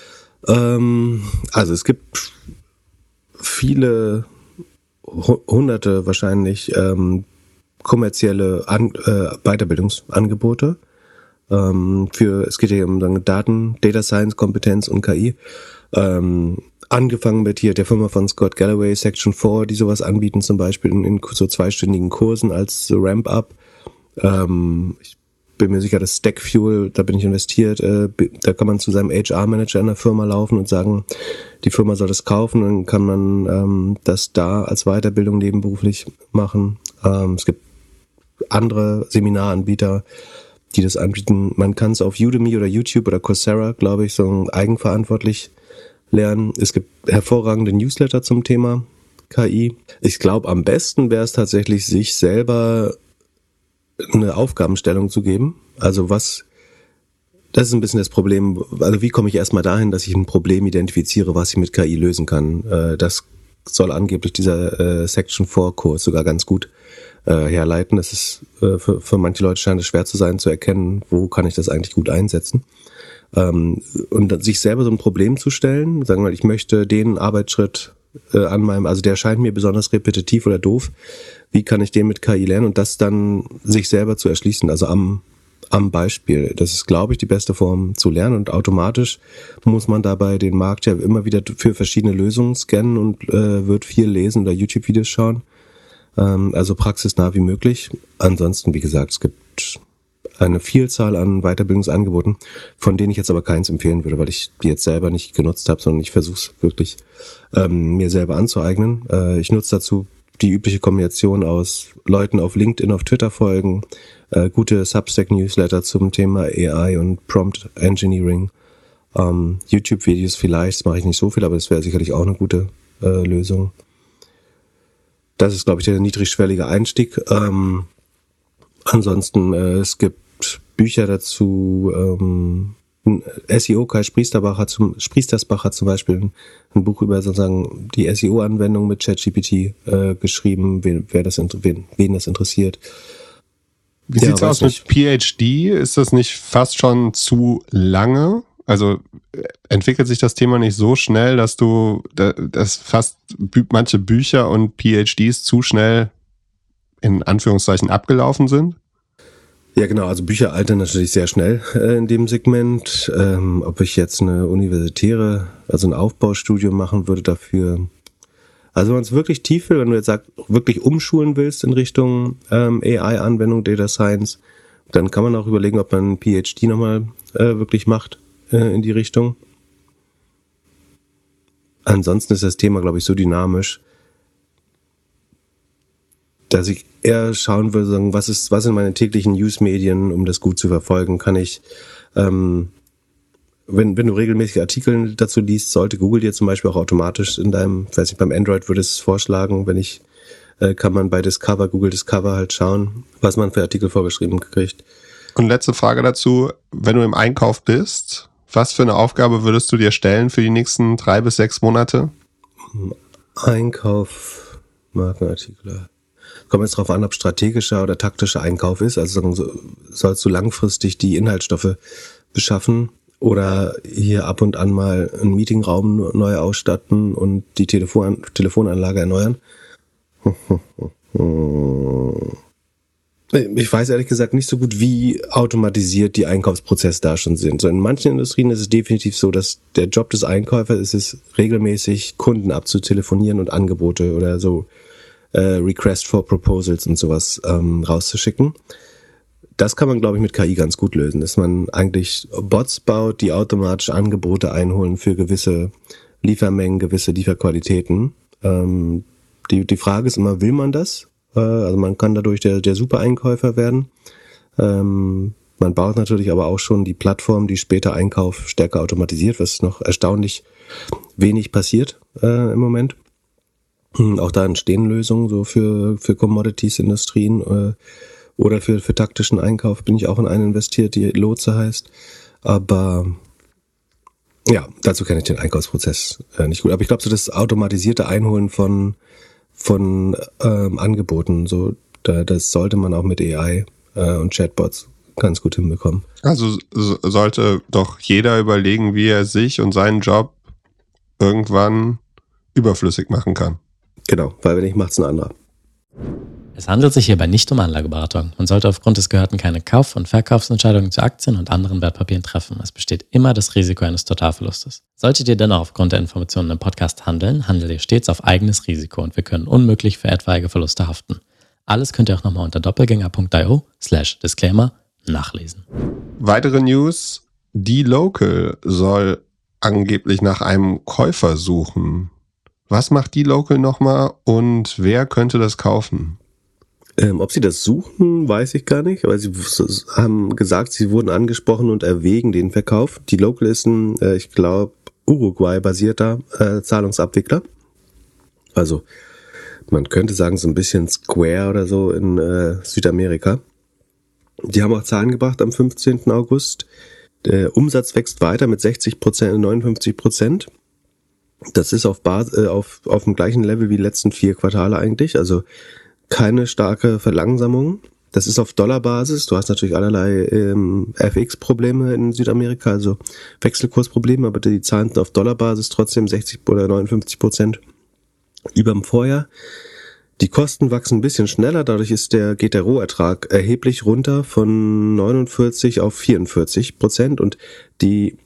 Also es gibt viele, hunderte wahrscheinlich kommerzielle Weiterbildungsangebote. Es geht hier um Daten, Data Science, Kompetenz und KI. Angefangen mit hier der Firma von Scott Galloway, Section 4, die sowas anbieten, zum Beispiel in so zweistündigen Kursen als so Ramp-Up. Ich bin mir sicher, dass Stackfuel, da bin ich investiert, da kann man zu seinem HR-Manager in der Firma laufen und sagen, die Firma soll das kaufen, dann kann man das da als Weiterbildung nebenberuflich machen. Es gibt andere Seminaranbieter, die das anbieten. Man kann es auf Udemy oder YouTube oder Coursera, glaube ich, so eigenverantwortlich lernen. Es gibt hervorragende Newsletter zum Thema KI. Ich glaube, am besten wäre es tatsächlich, sich selber eine Aufgabenstellung zu geben. Also das ist ein bisschen das Problem. Also wie komme ich erstmal dahin, dass ich ein Problem identifiziere, was ich mit KI lösen kann? Das soll angeblich dieser Section 4 Kurs sogar ganz gut herleiten. Das ist für manche Leute scheint es schwer zu sein, zu erkennen, wo kann ich das eigentlich gut einsetzen. Und sich selber so ein Problem zu stellen, sagen wir mal, ich möchte den Arbeitsschritt also der scheint mir besonders repetitiv oder doof. Wie kann ich den mit KI lernen und das dann sich selber zu erschließen, also am Beispiel. Das ist, glaube ich, die beste Form zu lernen und automatisch muss man dabei den Markt ja immer wieder für verschiedene Lösungen scannen und wird viel lesen oder YouTube-Videos schauen. Also praxisnah wie möglich. Ansonsten, wie gesagt, es gibt eine Vielzahl an Weiterbildungsangeboten, von denen ich jetzt aber keins empfehlen würde, weil ich die jetzt selber nicht genutzt habe, sondern ich versuche es wirklich mir selber anzueignen. Ich nutze dazu die übliche Kombination aus Leuten auf LinkedIn, auf Twitter folgen, gute Substack-Newsletter zum Thema AI und Prompt Engineering, YouTube-Videos vielleicht, das mache ich nicht so viel, aber das wäre sicherlich auch eine gute Lösung. Das ist, glaube ich, der niedrigschwellige Einstieg. Ansonsten, es gibt Bücher dazu, SEO, Kai Spriestersbach hat zum Beispiel ein Buch über sozusagen die SEO-Anwendung mit ChatGPT geschrieben, wen das interessiert. Wie sieht's aus mit PhD? Ist das nicht fast schon zu lange? Also entwickelt sich das Thema nicht so schnell, dass manche Bücher und PhDs zu schnell in Anführungszeichen abgelaufen sind? Ja, genau. Also Bücher altern natürlich sehr schnell in dem Segment. Ob ich jetzt eine also ein Aufbaustudium machen würde dafür. Also wenn man es wirklich tief will, wenn du jetzt sagst, wirklich umschulen willst in Richtung AI-Anwendung, Data Science, dann kann man auch überlegen, ob man ein PhD nochmal wirklich macht in die Richtung. Ansonsten ist das Thema, glaube ich, so dynamisch, dass ich eher schauen würde, sagen, was sind meine täglichen News-Medien, um das gut zu verfolgen, kann ich, wenn du regelmäßig Artikel dazu liest, sollte Google dir zum Beispiel auch automatisch beim Android würde es vorschlagen, kann man bei Google Discover halt schauen, was man für Artikel vorgeschrieben kriegt. Und letzte Frage dazu, wenn du im Einkauf bist, was für eine Aufgabe würdest du dir stellen für die nächsten 3 bis 6 Monate? Einkauf, Markenartikel. Kommt jetzt darauf an, ob strategischer oder taktischer Einkauf ist. Also sollst du langfristig die Inhaltsstoffe beschaffen oder hier ab und an mal einen Meetingraum neu ausstatten und die Telefonanlage erneuern. Ich weiß ehrlich gesagt nicht so gut, wie automatisiert die Einkaufsprozesse da schon sind. So in manchen Industrien ist es definitiv so, dass der Job des Einkäufers ist es, regelmäßig Kunden abzutelefonieren und Angebote oder so Request for Proposals und sowas rauszuschicken. Das kann man, glaube ich, mit KI ganz gut lösen, dass man eigentlich Bots baut, die automatisch Angebote einholen für gewisse Liefermengen, gewisse Lieferqualitäten. Die Frage ist immer, will man das? Also man kann dadurch der Super-Einkäufer werden. Man baut natürlich aber auch schon die Plattform, die später Einkauf stärker automatisiert, was noch erstaunlich wenig passiert im Moment. Auch da entstehen Lösungen so für Commodities, Industrien oder für taktischen Einkauf bin ich auch in eine investiert, die Lotse heißt. Aber ja, dazu kenne ich den Einkaufsprozess nicht gut. Aber ich glaube, so das automatisierte Einholen von Angeboten, so das sollte man auch mit AI und Chatbots ganz gut hinbekommen. Also sollte doch jeder überlegen, wie er sich und seinen Job irgendwann überflüssig machen kann. Genau, weil wenn nicht, macht's ein anderer. Es handelt sich hierbei nicht um Anlageberatung. Man sollte aufgrund des Gehörten keine Kauf- und Verkaufsentscheidungen zu Aktien und anderen Wertpapieren treffen. Es besteht immer das Risiko eines Totalverlustes. Solltet ihr dennoch aufgrund der Informationen im Podcast handeln, handelt ihr stets auf eigenes Risiko und wir können unmöglich für etwaige Verluste haften. Alles könnt ihr auch nochmal unter doppelgänger.io/disclaimer nachlesen. Weitere News: dLocal soll angeblich nach einem Käufer suchen. Was macht dLocal nochmal und wer könnte das kaufen? Ob sie das suchen, weiß ich gar nicht, aber sie haben gesagt, sie wurden angesprochen und erwägen den Verkauf. dLocal ist ein, ich glaube, Uruguay-basierter Zahlungsabwickler. Also man könnte sagen, so ein bisschen Square oder so in Südamerika. Die haben auch Zahlen gebracht am 15. August. Der Umsatz wächst weiter mit 60%, 59%. Das ist auf dem gleichen Level wie die letzten 4 Quartale eigentlich, also keine starke Verlangsamung. Das ist auf Dollarbasis. Du hast natürlich allerlei FX-Probleme in Südamerika, also Wechselkursprobleme, aber die Zahlen sind auf Dollarbasis trotzdem 60 oder 59% über dem Vorjahr. Die Kosten wachsen ein bisschen schneller, dadurch geht der Rohertrag erheblich runter von 49 auf 44% und die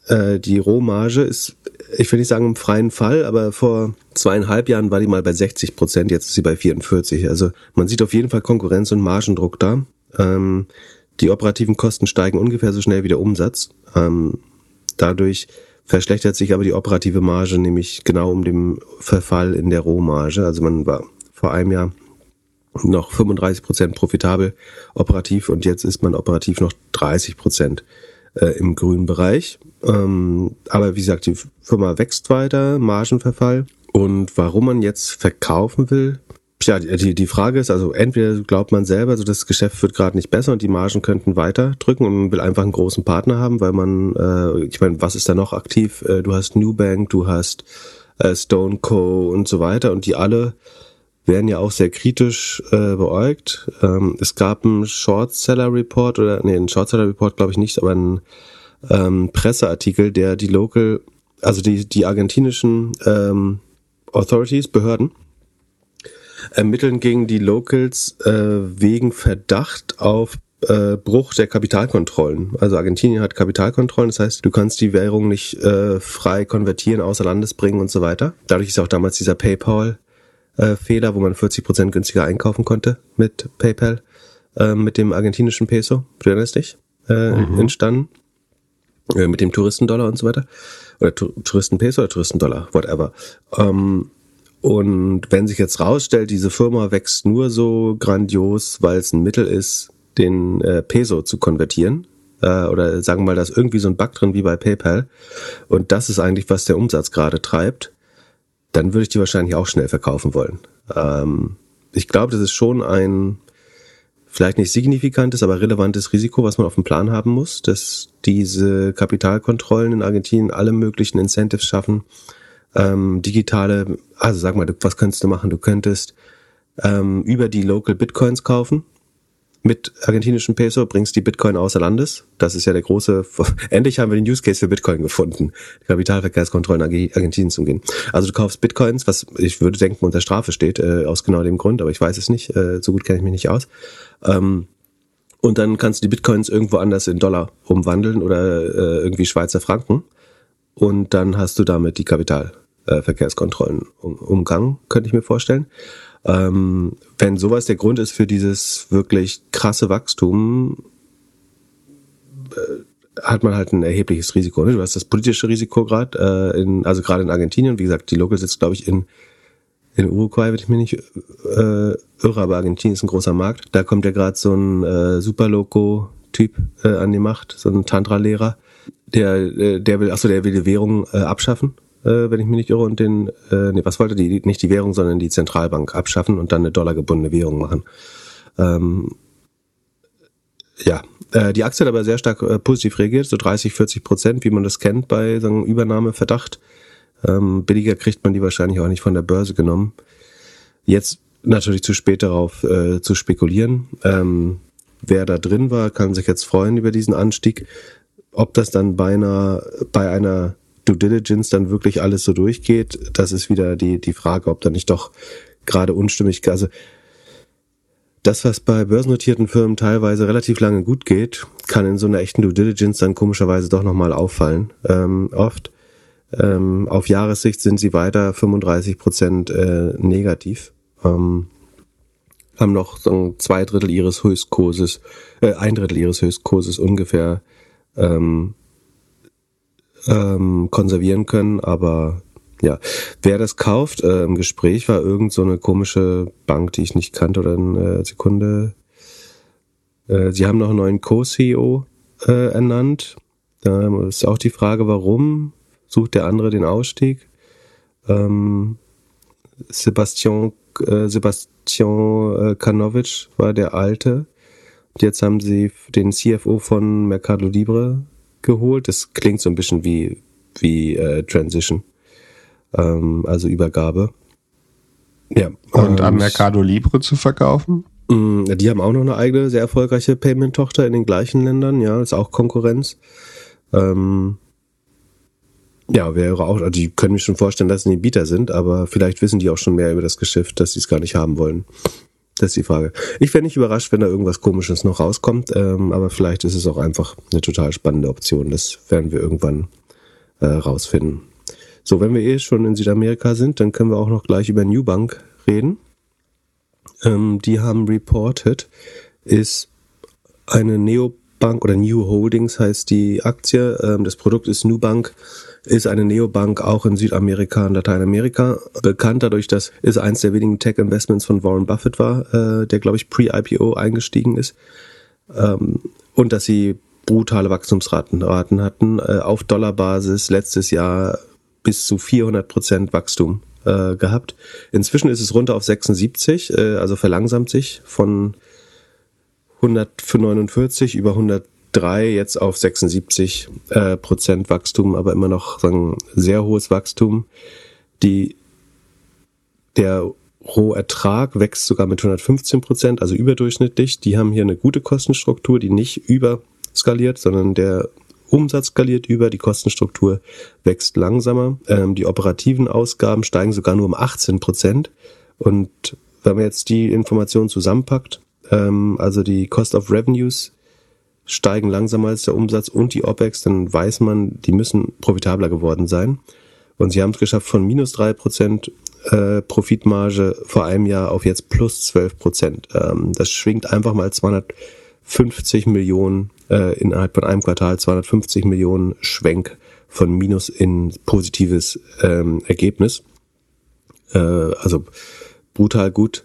Rohmarge ist, ich will nicht sagen im freien Fall, aber vor 2,5 Jahren war die mal bei 60%, jetzt ist sie bei 44%. Also man sieht auf jeden Fall Konkurrenz und Margendruck da. Die operativen Kosten steigen ungefähr so schnell wie der Umsatz. Dadurch verschlechtert sich aber die operative Marge, nämlich genau um den Verfall in der Rohmarge. Also man war vor einem Jahr noch 35% profitabel operativ und jetzt ist man operativ noch 30% im grünen Bereich. Aber wie gesagt, die Firma wächst weiter, Margenverfall. Und warum man jetzt verkaufen will, ja, die Frage ist, also entweder glaubt man selber, also das Geschäft wird gerade nicht besser und die Margen könnten weiter drücken und man will einfach einen großen Partner haben, weil man, ich meine, was ist da noch aktiv? Du hast Nubank, du hast Stone Co. und so weiter und die alle werden ja auch sehr kritisch beäugt. Es gab einen Shortseller-Report einen Shortseller-Report glaube ich nicht, aber einen Presseartikel, der dLocal, also die argentinischen Authorities, Behörden, ermitteln gegen dLocals wegen Verdacht auf Bruch der Kapitalkontrollen. Also Argentinien hat Kapitalkontrollen, das heißt, du kannst die Währung nicht frei konvertieren, außer Landes bringen und so weiter. Dadurch ist auch damals dieser PayPal-Fehler, wo man 40% günstiger einkaufen konnte mit PayPal, mit dem argentinischen Peso, du erinnerst dich, entstanden. Mit dem Touristendollar und so weiter. Oder Touristenpeso oder Touristendollar, whatever. Und wenn sich jetzt rausstellt, diese Firma wächst nur so grandios, weil es ein Mittel ist, den Peso zu konvertieren, oder sagen wir mal, da ist irgendwie so ein Bug drin wie bei PayPal, und das ist eigentlich, was der Umsatz gerade treibt, dann würde ich die wahrscheinlich auch schnell verkaufen wollen. Ich glaube, das ist schon ein vielleicht nicht signifikantes, aber relevantes Risiko, was man auf dem Plan haben muss, dass diese Kapitalkontrollen in Argentinien alle möglichen Incentives schaffen, digitale, also sag mal, was könntest du machen? Du könntest über die Local Bitcoins kaufen mit argentinischem Peso, bringst die Bitcoin außer Landes. Das ist ja der große, endlich haben wir den Use Case für Bitcoin gefunden, Kapitalverkehrskontrollen Argentinien zu umgehen. Also du kaufst Bitcoins, was ich würde denken unter Strafe steht, aus genau dem Grund, aber ich weiß es nicht, so gut kenne ich mich nicht aus. Und dann kannst du die Bitcoins irgendwo anders in Dollar umwandeln oder irgendwie Schweizer Franken. Und dann hast du damit die Kapitalverkehrskontrollen umgangen, könnte ich mir vorstellen. Wenn sowas der Grund ist für dieses wirklich krasse Wachstum, hat man halt ein erhebliches Risiko. Ne? Du hast das politische Risiko gerade, also gerade in Argentinien. Wie gesagt, die Local sitzt, glaube ich, in Uruguay, wenn ich mich nicht irre, aber Argentinien ist ein großer Markt. Da kommt ja gerade so ein Superloco-Typ an die Macht, so ein Tantra-Lehrer. Der will die Währung abschaffen, wenn ich mich nicht irre, und was wollte die? Nicht die Währung, sondern die Zentralbank abschaffen und dann eine dollargebundene Währung machen. Die Aktie hat aber sehr stark positiv reagiert, so 30-40%, wie man das kennt bei so einem Übernahmeverdacht. Billiger kriegt man die wahrscheinlich auch nicht von der Börse genommen. Jetzt natürlich zu spät darauf zu spekulieren. Wer da drin war, kann sich jetzt freuen über diesen Anstieg. Ob das dann bei einer Due Diligence dann wirklich alles so durchgeht, das ist wieder die Frage, ob da nicht doch gerade unstimmig, also das, was bei börsennotierten Firmen teilweise relativ lange gut geht, kann in so einer echten Due Diligence dann komischerweise doch nochmal auffallen. Oft. Auf Jahressicht sind sie weiter 35% negativ. Haben noch so ein Drittel ihres Höchstkurses ungefähr konservieren können, aber ja, wer das kauft, im Gespräch war irgend so eine komische Bank, die ich nicht kannte, oder eine Sekunde. Sie haben noch einen neuen Co-CEO ernannt. Da ist auch die Frage, warum sucht der andere den Ausstieg? Sebastian Kanovic war der Alte. Und jetzt haben sie den CFO von Mercado Libre geholt. Das klingt so ein bisschen wie Transition, also Übergabe. Ja. Und am Mercado Libre zu verkaufen? Die haben auch noch eine eigene, sehr erfolgreiche Payment-Tochter in den gleichen Ländern. Ja, ist auch Konkurrenz. Wäre auch, also die können mich schon vorstellen, dass sie ein Bieter sind, aber vielleicht wissen die auch schon mehr über das Geschäft, dass sie es gar nicht haben wollen. Das ist die Frage. Ich wäre nicht überrascht, wenn da irgendwas Komisches noch rauskommt, aber vielleicht ist es auch einfach eine total spannende Option. Das werden wir irgendwann rausfinden. So, wenn wir schon in Südamerika sind, dann können wir auch noch gleich über Nubank reden. Die haben reported, ist eine Neobank oder New Holdings heißt die Aktie. Das Produkt ist Nubank, ist eine Neobank auch in Südamerika und Lateinamerika. Bekannt dadurch, dass es eins der wenigen Tech-Investments von Warren Buffett war, der, glaube ich, pre-IPO eingestiegen ist. Und dass sie brutale Wachstumsraten hatten. Auf Dollarbasis letztes Jahr bis zu 400% Wachstum gehabt. Inzwischen ist es runter auf 76, also verlangsamt sich von 149 über 103 jetzt auf 76% Wachstum, aber immer noch sehr hohes Wachstum. Der Rohertrag wächst sogar mit 115%, also überdurchschnittlich. Die haben hier eine gute Kostenstruktur, die nicht überskaliert, sondern der Umsatz skaliert über, die Kostenstruktur wächst langsamer. Die operativen Ausgaben steigen sogar nur um 18%. Und wenn man jetzt die Informationen zusammenpackt, also die Cost of Revenues steigen langsamer als der Umsatz und die OPEX, dann weiß man, die müssen profitabler geworden sein. Und sie haben es geschafft von minus 3% Profitmarge vor einem Jahr auf jetzt plus 12%. Das schwingt einfach mal 250 Millionen innerhalb von einem Quartal, 250 Millionen Schwenk von Minus in positives Ergebnis. also brutal gut.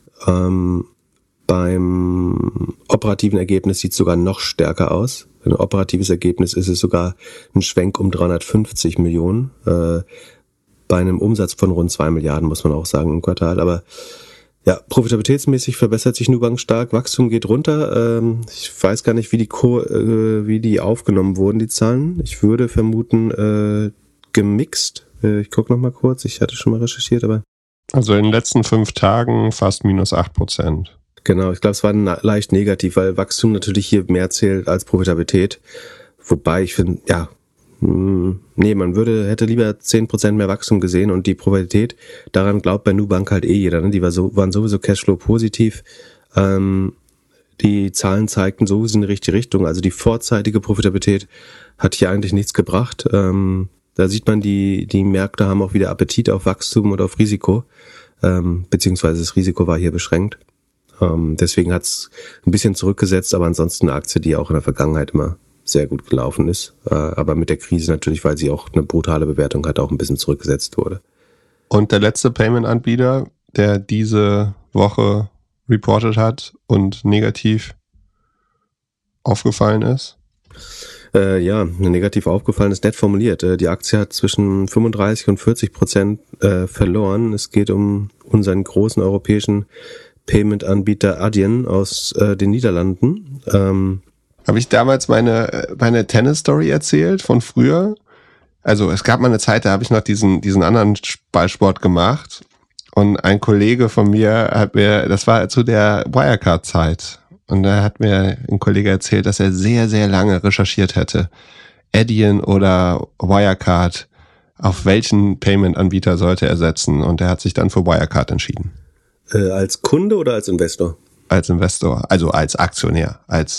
Beim operativen Ergebnis sieht es sogar noch stärker aus. Ein operatives Ergebnis ist es sogar ein Schwenk um 350 Millionen. Bei einem Umsatz von rund 2 Milliarden, muss man auch sagen, im Quartal. Aber ja, profitabilitätsmäßig verbessert sich Nubank stark. Wachstum geht runter. Ich weiß gar nicht, wie die aufgenommen wurden, die Zahlen. Ich würde vermuten, gemixt. Ich gucke noch mal kurz. Ich hatte schon mal recherchiert, aber... Also in den letzten 5 Tagen fast minus 8%. Genau, ich glaube, es war leicht negativ, weil Wachstum natürlich hier mehr zählt als Profitabilität. Wobei ich finde, ja, man hätte lieber 10% mehr Wachstum gesehen und die Profitabilität, daran glaubt bei Nubank halt jeder, ne? Die waren sowieso Cashflow positiv. Die Zahlen zeigten sowieso in die richtige Richtung. Also die vorzeitige Profitabilität hat hier eigentlich nichts gebracht. Da sieht man, die Märkte haben auch wieder Appetit auf Wachstum und auf Risiko, beziehungsweise das Risiko war hier beschränkt. Deswegen hat's ein bisschen zurückgesetzt, aber ansonsten eine Aktie, die auch in der Vergangenheit immer sehr gut gelaufen ist. Aber mit der Krise natürlich, weil sie auch eine brutale Bewertung hat, auch ein bisschen zurückgesetzt wurde. Und der letzte Payment-Anbieter, der diese Woche reported hat und negativ aufgefallen ist? Negativ aufgefallen ist nett formuliert. Die Aktie hat zwischen 35% und 40% verloren. Es geht um unseren großen europäischen Payment-Anbieter Adyen aus den Niederlanden. Habe ich damals meine Tennis-Story erzählt von früher? Also es gab mal eine Zeit, da habe ich noch diesen anderen Ballsport gemacht und ein Kollege von mir das war zu der Wirecard-Zeit, und da hat mir ein Kollege erzählt, dass er sehr, sehr lange recherchiert hätte. Adyen oder Wirecard, auf welchen Payment-Anbieter sollte er setzen, und er hat sich dann für Wirecard entschieden. Als Kunde oder als Investor? Als Investor, also als Aktionär,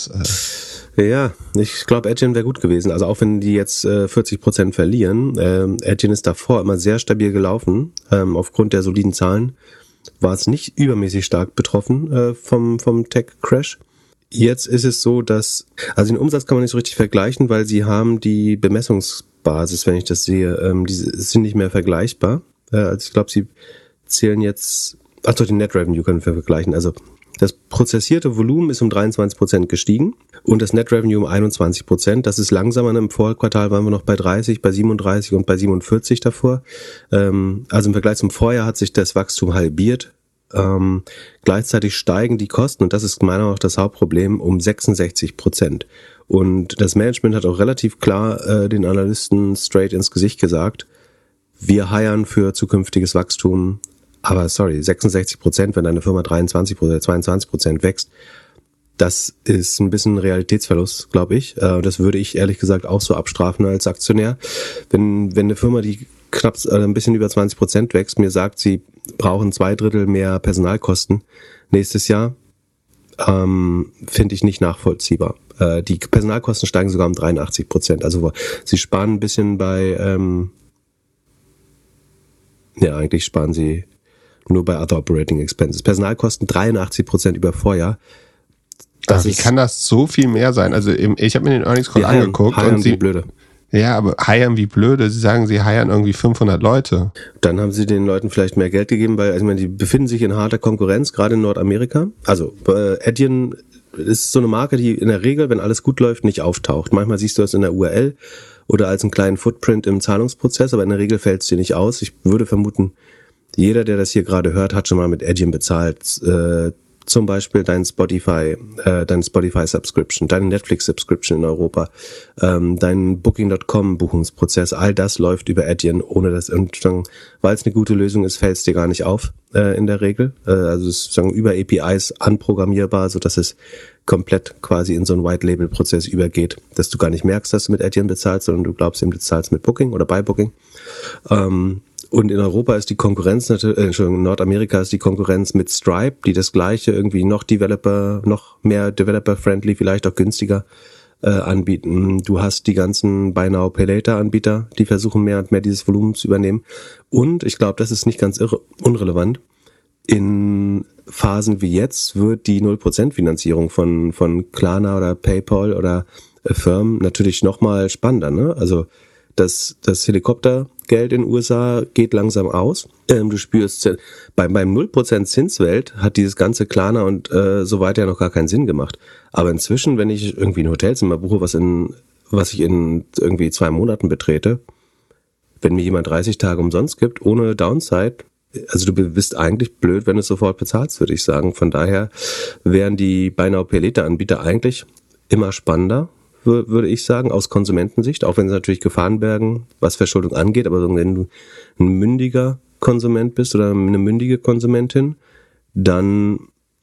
Ja, ich glaube, Adyen wäre gut gewesen. Also auch wenn die jetzt 40% verlieren, Adyen ist davor immer sehr stabil gelaufen. Aufgrund der soliden Zahlen war es nicht übermäßig stark betroffen vom Tech-Crash. Jetzt ist es so, dass, also den Umsatz kann man nicht so richtig vergleichen, weil sie haben die Bemessungsbasis, wenn ich das sehe, die sind nicht mehr vergleichbar. Also ich glaube, sie zählen jetzt, den Net Revenue können wir vergleichen. Also das prozessierte Volumen ist um 23% gestiegen und das Net Revenue um 21%. Das ist langsamer. Im Vorquartal waren wir noch bei 30, bei 37 und bei 47 davor. Also im Vergleich zum Vorjahr hat sich das Wachstum halbiert. Gleichzeitig steigen die Kosten, und das ist meiner Meinung nach das Hauptproblem, um 66%. Und das Management hat auch relativ klar den Analysten straight ins Gesicht gesagt, wir hiren für zukünftiges Wachstum. Aber 66%, wenn deine Firma 23% oder 22% wächst, das ist ein bisschen Realitätsverlust, glaube ich. Das würde ich ehrlich gesagt auch so abstrafen als Aktionär. Wenn eine Firma, die knapp ein bisschen über 20% wächst, mir sagt, sie brauchen 2/3 mehr Personalkosten nächstes Jahr, finde ich nicht nachvollziehbar. Die Personalkosten steigen sogar um 83%. Also sie sparen ein bisschen eigentlich sparen sie nur bei Other Operating Expenses. Personalkosten 83% über Vorjahr. Wie kann das so viel mehr sein? Also ich habe mir den Earnings Call angeguckt. Und sie blöde. Ja, aber hiren wie blöde. Sie sagen, sie hiren irgendwie 500 Leute. Dann haben sie den Leuten vielleicht mehr Geld gegeben, weil, die befinden sich in harter Konkurrenz, gerade in Nordamerika. Also Adyen ist so eine Marke, die in der Regel, wenn alles gut läuft, nicht auftaucht. Manchmal siehst du das in der URL oder als einen kleinen Footprint im Zahlungsprozess, aber in der Regel fällt es dir nicht aus. Ich würde vermuten, jeder, der das hier gerade hört, hat schon mal mit Adyen bezahlt. Zum Beispiel dein Spotify Subscription, deine Netflix Subscription in Europa, dein Booking.com Buchungsprozess, all das läuft über Adyen, ohne dass, weil es eine gute Lösung ist, fällt es dir gar nicht auf, in der Regel. Also es ist über APIs anprogrammierbar, so dass es komplett quasi in so einen White-Label-Prozess übergeht, dass du gar nicht merkst, dass du mit Adyen bezahlst, sondern du glaubst eben, du zahlst mit Booking oder bei Booking. Und in Europa ist die Konkurrenz in Nordamerika ist die Konkurrenz mit Stripe, die das gleiche irgendwie noch mehr Developer-friendly, vielleicht auch günstiger anbieten. Du hast die ganzen Buy Now Pay Later Anbieter, die versuchen mehr und mehr dieses Volumen zu übernehmen. Und ich glaube, das ist nicht ganz unrelevant. In Phasen wie jetzt wird die 0% Finanzierung von Klarna oder PayPal oder Affirm natürlich nochmal spannender, ne? Also das Helikoptergeld in den USA geht langsam aus. Du spürst, beim 0% Zinswelt hat dieses ganze Klarna und so weiter ja noch gar keinen Sinn gemacht. Aber inzwischen, wenn ich irgendwie ein Hotelzimmer buche, was ich in irgendwie 2 Monaten betrete, wenn mir jemand 30 Tage umsonst gibt, ohne Downside, also du bist eigentlich blöd, wenn du es sofort bezahlst, würde ich sagen. Von daher wären die Buy Now Pay Later Anbieter eigentlich immer spannender, würde ich sagen, aus Konsumentensicht, auch wenn sie natürlich Gefahren bergen, was Verschuldung angeht, aber wenn du ein mündiger Konsument bist oder eine mündige Konsumentin, dann,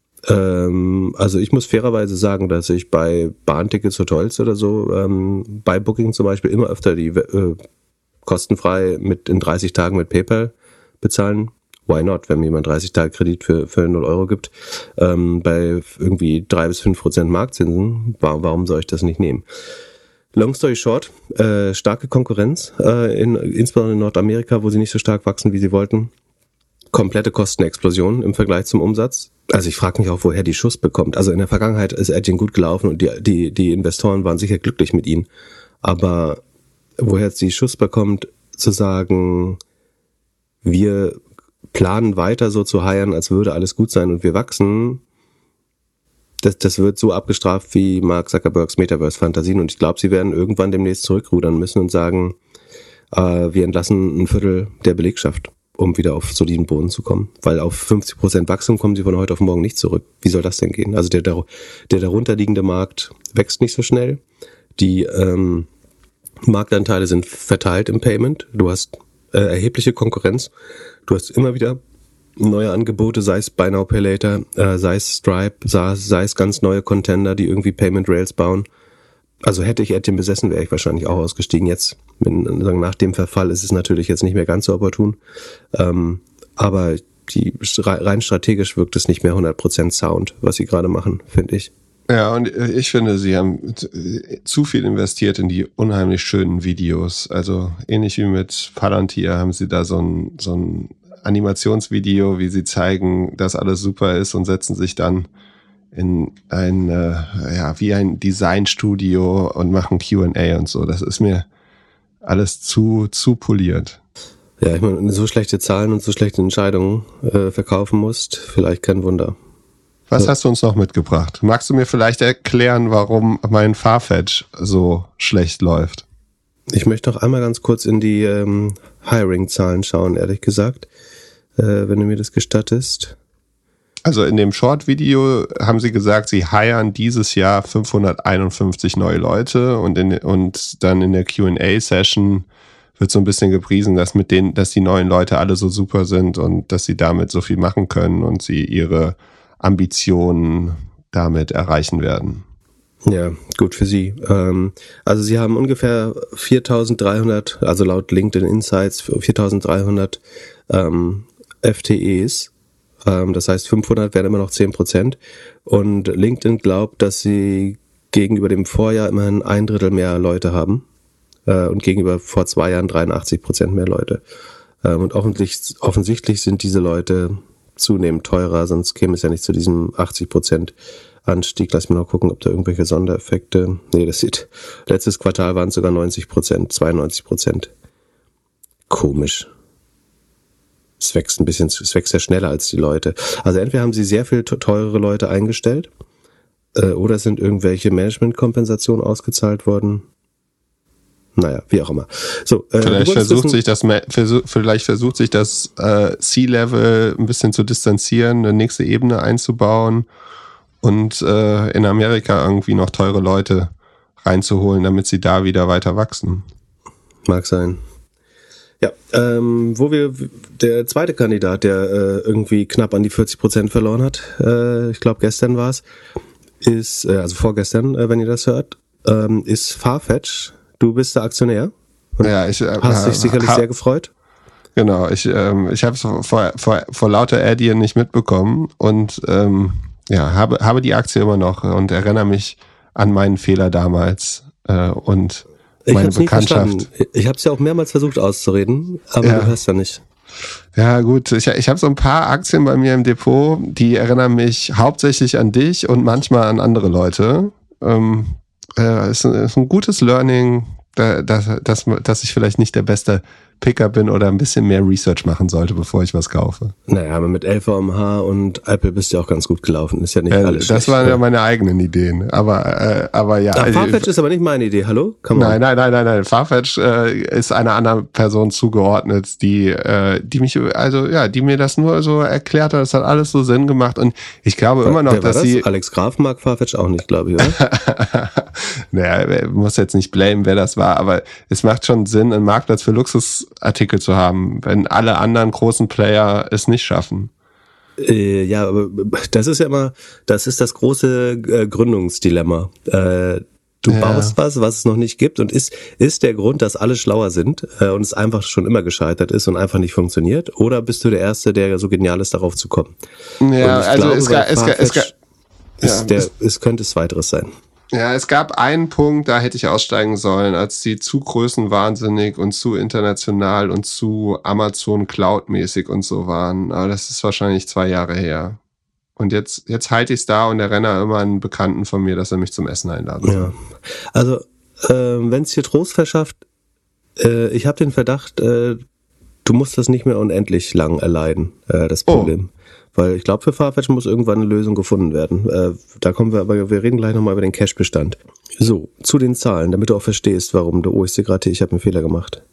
also ich muss fairerweise sagen, dass ich bei Bahntickets, Hotels oder so, bei Booking zum Beispiel immer öfter die kostenfrei in 30 Tagen mit PayPal bezahlen. Why not, wenn mir jemand 30 Tage Kredit für 0 Euro gibt, bei irgendwie 3-5% Marktzinsen, warum soll ich das nicht nehmen? Long story short, starke Konkurrenz, insbesondere in Nordamerika, wo sie nicht so stark wachsen, wie sie wollten. Komplette Kostenexplosion im Vergleich zum Umsatz. Also ich frage mich auch, woher die Schuss bekommt. Also in der Vergangenheit ist Adyen gut gelaufen und die Investoren waren sicher glücklich mit ihnen. Aber woher sie Schuss bekommt, zu sagen, wir planen weiter so zu hiren, als würde alles gut sein und wir wachsen, das wird so abgestraft wie Mark Zuckerbergs Metaverse-Fantasien und ich glaube, sie werden irgendwann demnächst zurückrudern müssen und sagen, wir entlassen ein Viertel der Belegschaft, um wieder auf soliden Boden zu kommen, weil auf 50% Wachstum kommen sie von heute auf morgen nicht zurück. Wie soll das denn gehen? Also der darunterliegende Markt wächst nicht so schnell, die Marktanteile sind verteilt im Payment, du hast erhebliche Konkurrenz. Du hast immer wieder neue Angebote, sei es Buy Now Pay Later, sei es Stripe, sei es ganz neue Contender, die irgendwie Payment Rails bauen. Also hätte ich Adyen besessen, wäre ich wahrscheinlich auch ausgestiegen. Jetzt, nach dem Verfall ist es natürlich jetzt nicht mehr ganz so opportun. Aber rein strategisch wirkt es nicht mehr 100% Sound, was sie gerade machen, finde ich. Ja, und ich finde, sie haben zu viel investiert in die unheimlich schönen Videos. Also ähnlich wie mit Palantir haben sie da so ein Animationsvideo, wie sie zeigen, dass alles super ist und setzen sich dann in wie ein Designstudio und machen Q&A und so. Das ist mir alles zu poliert. Ja, ich meine, wenn du so schlechte Zahlen und so schlechte Entscheidungen verkaufen musst, vielleicht kein Wunder. Was hast du uns noch mitgebracht? Magst du mir vielleicht erklären, warum mein Farfetch so schlecht läuft? Ich möchte noch einmal ganz kurz in die Hiring-Zahlen schauen, ehrlich gesagt, wenn du mir das gestattest. Also in dem Short-Video haben sie gesagt, sie hiren dieses Jahr 551 neue Leute und dann in der Q&A-Session wird so ein bisschen gepriesen, dass die neuen Leute alle so super sind und dass sie damit so viel machen können und sie ihre Ambitionen damit erreichen werden. Ja, gut für Sie. Also Sie haben ungefähr 4.300, also laut LinkedIn Insights 4.300 FTEs. Das heißt 500 wären immer noch 10%. Und LinkedIn glaubt, dass sie gegenüber dem Vorjahr immerhin 1/3 mehr Leute haben und gegenüber vor 2 Jahren 83% mehr Leute. Und offensichtlich sind diese Leute zunehmend teurer, sonst käme es ja nicht zu diesem 80% Anstieg. Lass mich noch gucken, ob da irgendwelche Sondereffekte... Nee, letztes Quartal waren es sogar 90%, 92%. Komisch. Es wächst ja schneller als die Leute. Also entweder haben sie sehr viel teurere Leute eingestellt oder sind irgendwelche Managementkompensationen ausgezahlt worden. Naja, wie auch immer. So, vielleicht versucht sich das C-Level ein bisschen zu distanzieren, eine nächste Ebene einzubauen und in Amerika irgendwie noch teure Leute reinzuholen, damit sie da wieder weiter wachsen. Mag sein. Ja, der zweite Kandidat, der irgendwie knapp an die 40% verloren hat, ich glaube gestern war es, ist, also vorgestern, wenn ihr das hört, ist Farfetch. Du bist der Aktionär. Ja, hast dich sicherlich sehr gefreut. Genau, ich habe es vor lauter Adyen nicht mitbekommen und habe die Aktie immer noch und erinnere mich an meinen Fehler damals und meine Bekanntschaft. Ich habe es ja auch mehrmals versucht auszureden, aber du hörst ja nicht. Ja gut, ich habe so ein paar Aktien bei mir im Depot, die erinnern mich hauptsächlich an dich und manchmal an andere Leute. Ist ein gutes Learning, dass ich vielleicht nicht der beste Picker bin oder ein bisschen mehr Research machen sollte, bevor ich was kaufe. Naja, aber mit LVMH und Apple bist du auch ganz gut gelaufen. Ist ja nicht alles das schlecht. waren ja meine eigenen Ideen. Aber ja. Farfetch ist aber nicht meine Idee. Hallo? Nein. Farfetch ist einer anderen Person zugeordnet, die mir das nur so erklärt hat. Das hat alles so Sinn gemacht. Und ich glaube immer noch, dass sie... Alex Graf mag Farfetch auch nicht, glaube ich, oder? Naja, muss jetzt nicht blamen, wer das war, aber es macht schon Sinn, einen Marktplatz für Luxusartikel zu haben, wenn alle anderen großen Player es nicht schaffen. Ja, aber das ist ja immer, das ist das große Gründungsdilemma. Du baust was es noch nicht gibt und ist der Grund, dass alle schlauer sind und es einfach schon immer gescheitert ist und einfach nicht funktioniert? Oder bist du der Erste, der so genial ist, darauf zu kommen? Ja, also es könnte es Weiteres sein. Ja, es gab einen Punkt, da hätte ich aussteigen sollen, als die zu größenwahnsinnig und zu international und zu Amazon Cloud-mäßig und so waren. Aber das ist wahrscheinlich 2 Jahre her. Und jetzt halte ich es da und der Renner immer einen Bekannten von mir, dass er mich zum Essen einladen soll. Ja, also wenn es dir Trost verschafft, ich habe den Verdacht, du musst das nicht mehr unendlich lang erleiden, das Problem. Weil ich glaube, für Farfetch muss irgendwann eine Lösung gefunden werden. Da kommen wir, aber wir reden gleich nochmal über den Cash-Bestand. So, zu den Zahlen, damit du auch verstehst, warum ich sehe gerade, ich habe einen Fehler gemacht.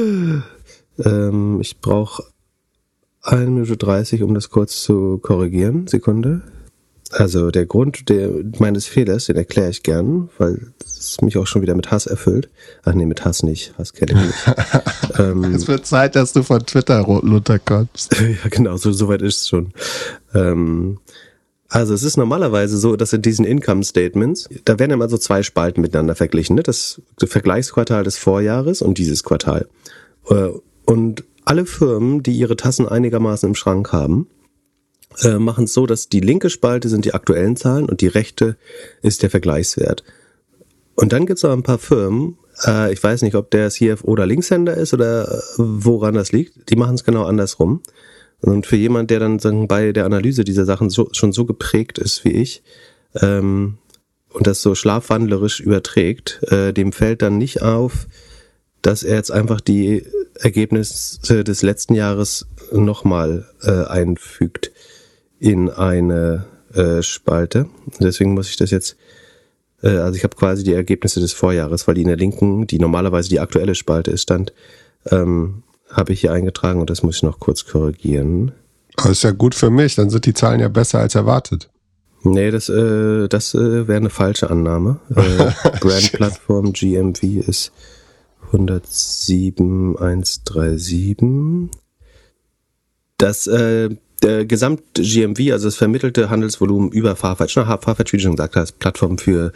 Ich brauche 1 Minute 30, um das kurz zu korrigieren. Sekunde. Also der Grund meines Fehlers, den erkläre ich gern, weil es mich auch schon wieder mit Hass erfüllt. Ach nee, mit Hass nicht. Hass kenne ich nicht. Es wird Zeit, dass du von Twitter runterkommst. Ja, genau, so weit ist es schon. Also es ist normalerweise so, dass in diesen Income Statements, da werden immer so 2 Spalten miteinander verglichen. Ne? Das Vergleichsquartal des Vorjahres und dieses Quartal. Und alle Firmen, die ihre Tassen einigermaßen im Schrank haben, machen es so, dass die linke Spalte sind die aktuellen Zahlen und die rechte ist der Vergleichswert. Und dann gibt es auch ein paar Firmen, ich weiß nicht, ob der CFO oder Linkshänder ist oder woran das liegt, die machen es genau andersrum. Und für jemand, der dann bei der Analyse dieser Sachen schon so geprägt ist wie ich und das so schlafwandlerisch überträgt, dem fällt dann nicht auf, dass er jetzt einfach die Ergebnisse des letzten Jahres nochmal einfügt in eine Spalte. Deswegen muss ich das jetzt, also ich habe quasi die Ergebnisse des Vorjahres, weil die in der linken, die normalerweise die aktuelle Spalte ist, stand, habe ich hier eingetragen und das muss ich noch kurz korrigieren. Aber ist ja gut für mich, dann sind die Zahlen ja besser als erwartet. Nee, das wäre eine falsche Annahme. Brand-Plattform GMV ist 107,137. Das Gesamt-GMV, also das vermittelte Handelsvolumen über Farfetch. Farfetch, wie du schon gesagt hast, Plattform für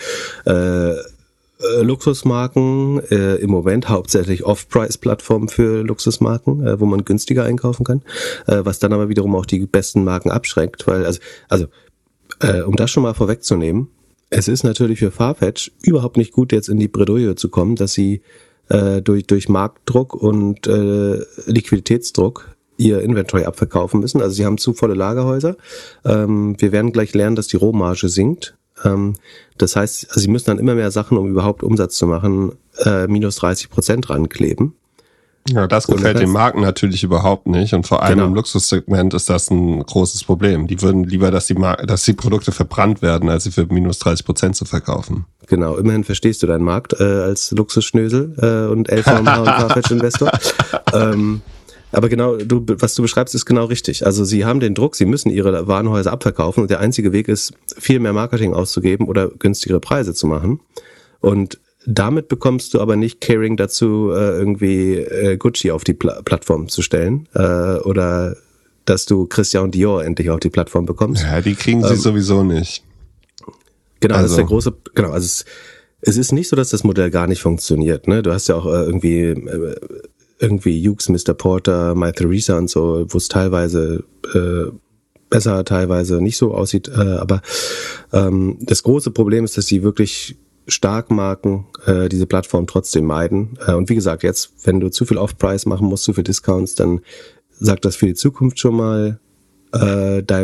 Luxusmarken, im Moment hauptsächlich Off-Price-Plattform für Luxusmarken, wo man günstiger einkaufen kann, was dann aber wiederum auch die besten Marken abschreckt, weil, um das schon mal vorwegzunehmen, es ist natürlich für Farfetch überhaupt nicht gut, jetzt in die Bredouille zu kommen, dass sie durch Marktdruck und Liquiditätsdruck ihr Inventory abverkaufen müssen. Also sie haben zu volle Lagerhäuser. Wir werden gleich lernen, dass die Rohmarge sinkt. Das heißt, sie müssen dann immer mehr Sachen, um überhaupt Umsatz zu machen, minus 30% rankleben. Ja, das gefällt den Marken natürlich überhaupt nicht. Und vor allem im Luxussegment ist das ein großes Problem. Die würden lieber, dass die Produkte verbrannt werden, als sie für minus 30% zu verkaufen. Genau, immerhin verstehst du deinen Markt als Luxusschnösel und LVMH und Farfetch-Investor. Aber genau, was du beschreibst, ist genau richtig. Also sie haben den Druck, sie müssen ihre Warenhäuser abverkaufen und der einzige Weg ist, viel mehr Marketing auszugeben oder günstigere Preise zu machen. Und damit bekommst du aber nicht Caring dazu, irgendwie Gucci auf die Plattform zu stellen oder dass du Christian Dior endlich auf die Plattform bekommst. Ja, die kriegen sie sowieso nicht. Genau, das ist der große, genau, also es ist nicht so, dass das Modell gar nicht funktioniert, ne? Du hast ja auch irgendwie Hughes, Mr. Porter, My Theresa und so, wo es teilweise besser, teilweise nicht so aussieht, aber das große Problem ist, dass die wirklich stark Marken diese Plattform trotzdem meiden. Und wie gesagt, jetzt, wenn du zu viel Off-Price machen musst, zu viel Discounts, dann sagt das für die Zukunft schon mal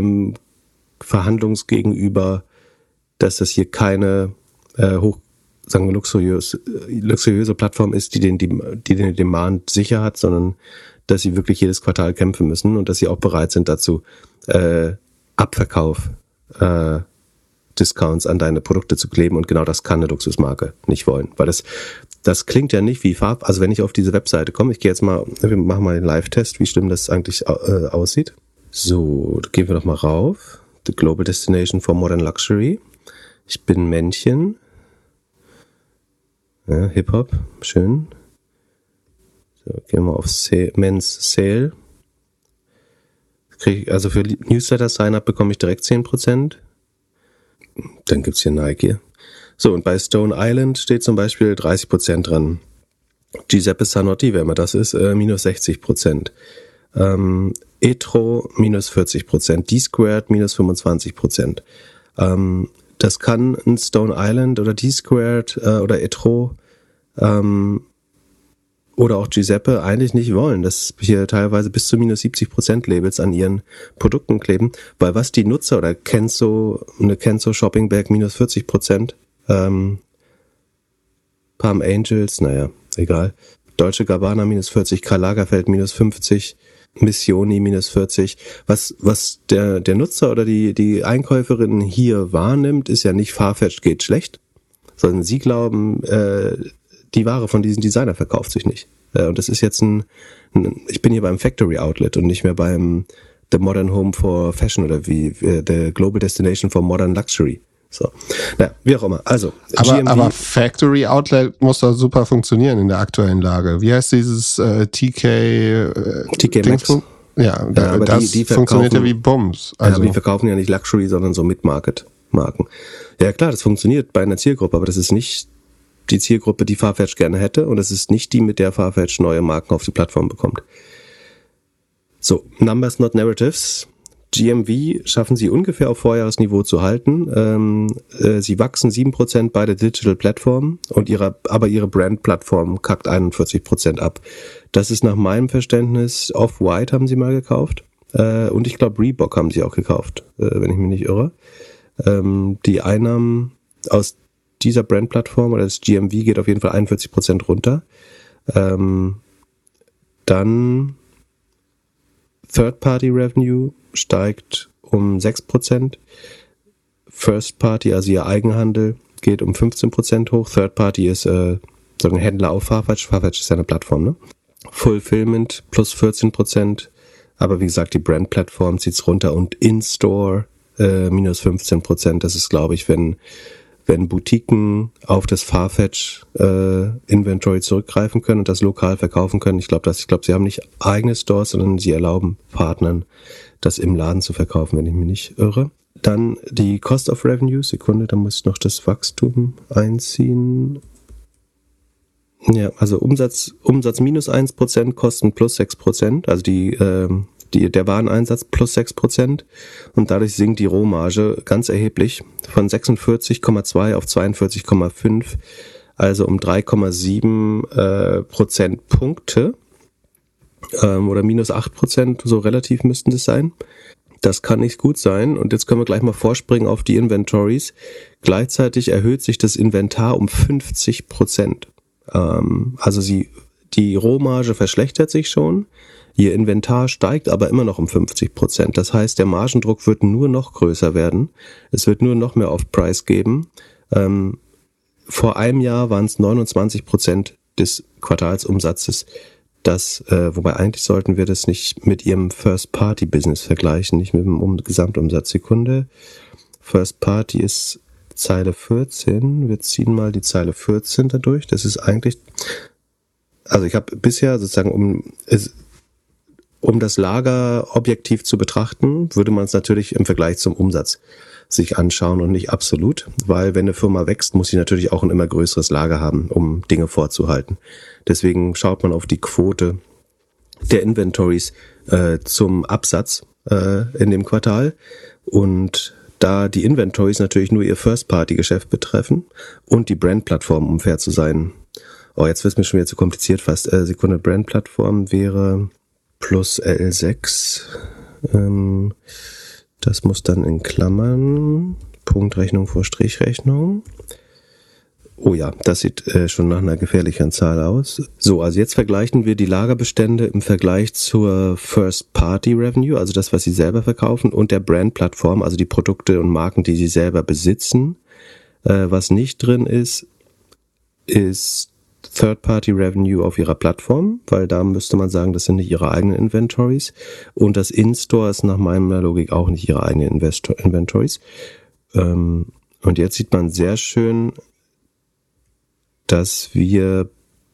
deinem Verhandlungsgegenüber, dass das hier keine sagen wir, luxuriöse Plattform ist, die den Demand sicher hat, sondern dass sie wirklich jedes Quartal kämpfen müssen und dass sie auch bereit sind dazu, Abverkauf, Discounts an deine Produkte zu kleben, und genau das kann eine Luxusmarke nicht wollen, weil das klingt ja nicht wie also wenn ich auf diese Webseite komme, wir machen mal den Live-Test, wie schlimm das eigentlich aussieht. So, gehen wir doch mal rauf. The Global Destination for Modern Luxury. Ich bin Männchen. Ja, Hip-Hop, schön. So, gehen wir auf Men's Sale. Also für Newsletter-Sign-Up bekomme ich direkt 10%. Dann gibt's hier Nike. So, und bei Stone Island steht zum Beispiel 30% dran. Giuseppe Zanotti, wer immer das ist, minus 60%. Etro minus 40%. D-Squared minus 25%. Das kann ein Stone Island oder D-Squared oder Etro oder auch Giuseppe eigentlich nicht wollen, dass hier teilweise bis zu minus 70% Labels an ihren Produkten kleben, weil was die Nutzer oder eine Kenzo Shopping Bag minus 40%, Palm Angels, naja, egal, Dolce Gabbana minus 40, Karl Lagerfeld minus 50, Missioni minus 40. Was der Nutzer oder die Einkäuferin hier wahrnimmt, ist ja nicht Farfetch geht schlecht, sondern sie glauben, die Ware von diesem Designer verkauft sich nicht. Und das ist jetzt ich bin hier beim Factory Outlet und nicht mehr beim The Modern Home for Fashion oder The Global Destination for Modern Luxury. So, naja, wie auch immer. Also, aber Factory Outlet muss doch super funktionieren in der aktuellen Lage. Wie heißt dieses TK Maxx? Ja, aber das funktioniert ja wie Bums. Also. Ja, aber die verkaufen ja nicht Luxury, sondern so Mid-Market-Marken. Ja klar, das funktioniert bei einer Zielgruppe, aber das ist nicht die Zielgruppe, die Farfetch gerne hätte, und das ist nicht die, mit der Farfetch neue Marken auf die Plattform bekommt. So, Numbers not Narratives. GMV schaffen sie ungefähr auf Vorjahresniveau zu halten. Sie wachsen 7% bei der Digital Plattform aber ihre Brand-Plattform kackt 41% ab. Das ist nach meinem Verständnis, Off-White haben sie mal gekauft. Und ich glaube Reebok haben sie auch gekauft, wenn ich mich nicht irre. Die Einnahmen aus dieser Brand-Plattform oder das GMV geht auf jeden Fall 41% runter. Dann Third-Party-Revenue steigt um 6%. First-Party, also ihr Eigenhandel, geht um 15% hoch. Third-Party ist so ein Händler auf Farfetch. Farfetch ist ja eine Plattform, ne? Fulfillment plus 14%. Aber wie gesagt, die Brand-Plattform zieht's runter und In-Store minus 15%. Das ist, glaube ich, wenn Boutiquen auf das Farfetch Inventory zurückgreifen können und das lokal verkaufen können. Ich glaube, sie haben nicht eigene Stores, sondern sie erlauben Partnern, das im Laden zu verkaufen, wenn ich mich nicht irre. Dann die Cost of Revenue. Sekunde, da muss ich noch das Wachstum einziehen. Ja, also Umsatz minus 1%, Kosten plus 6%, also der Wareneinsatz plus 6%, und dadurch sinkt die Rohmarge ganz erheblich von 46,2 auf 42,5, also um 3,7 Prozentpunkte oder minus 8%, so relativ müssten das sein. Das kann nicht gut sein, und jetzt können wir gleich mal vorspringen auf die Inventories. Gleichzeitig erhöht sich das Inventar um 50%. Also die Rohmarge verschlechtert sich schon, ihr Inventar steigt aber immer noch um 50%. Das heißt, der Margendruck wird nur noch größer werden. Es wird nur noch mehr Off-Price geben. Vor einem Jahr waren es 29% des Quartalsumsatzes. Wobei eigentlich sollten wir das nicht mit ihrem First-Party-Business vergleichen, nicht mit dem Gesamtumsatz. Sekunde. First-Party ist Zeile 14. Wir ziehen mal die Zeile 14 dadurch. Das ist eigentlich, also ich habe bisher sozusagen, um das Lager objektiv zu betrachten, würde man es natürlich im Vergleich zum Umsatz sich anschauen und nicht absolut, weil wenn eine Firma wächst, muss sie natürlich auch ein immer größeres Lager haben, um Dinge vorzuhalten. Deswegen schaut man auf die Quote der Inventories zum Absatz in dem Quartal, und da die Inventories natürlich nur ihr First-Party-Geschäft betreffen und die Brand-Plattform, um fair zu sein. Oh, jetzt wird es mir schon wieder zu kompliziert fast. Sekunde, Brand-Plattform wäre plus L6. Das muss dann in Klammern, Punktrechnung vor Strichrechnung. Oh ja, das sieht schon nach einer gefährlichen Zahl aus. So, also jetzt vergleichen wir die Lagerbestände im Vergleich zur First-Party-Revenue, also das, was sie selber verkaufen, und der Brand-Plattform, also die Produkte und Marken, die sie selber besitzen. Was nicht drin ist Third-Party-Revenue auf ihrer Plattform, weil da müsste man sagen, das sind nicht ihre eigenen Inventories. Und das In-Store ist nach meiner Logik auch nicht ihre eigenen Inventories. Und jetzt sieht man sehr schön, dass wir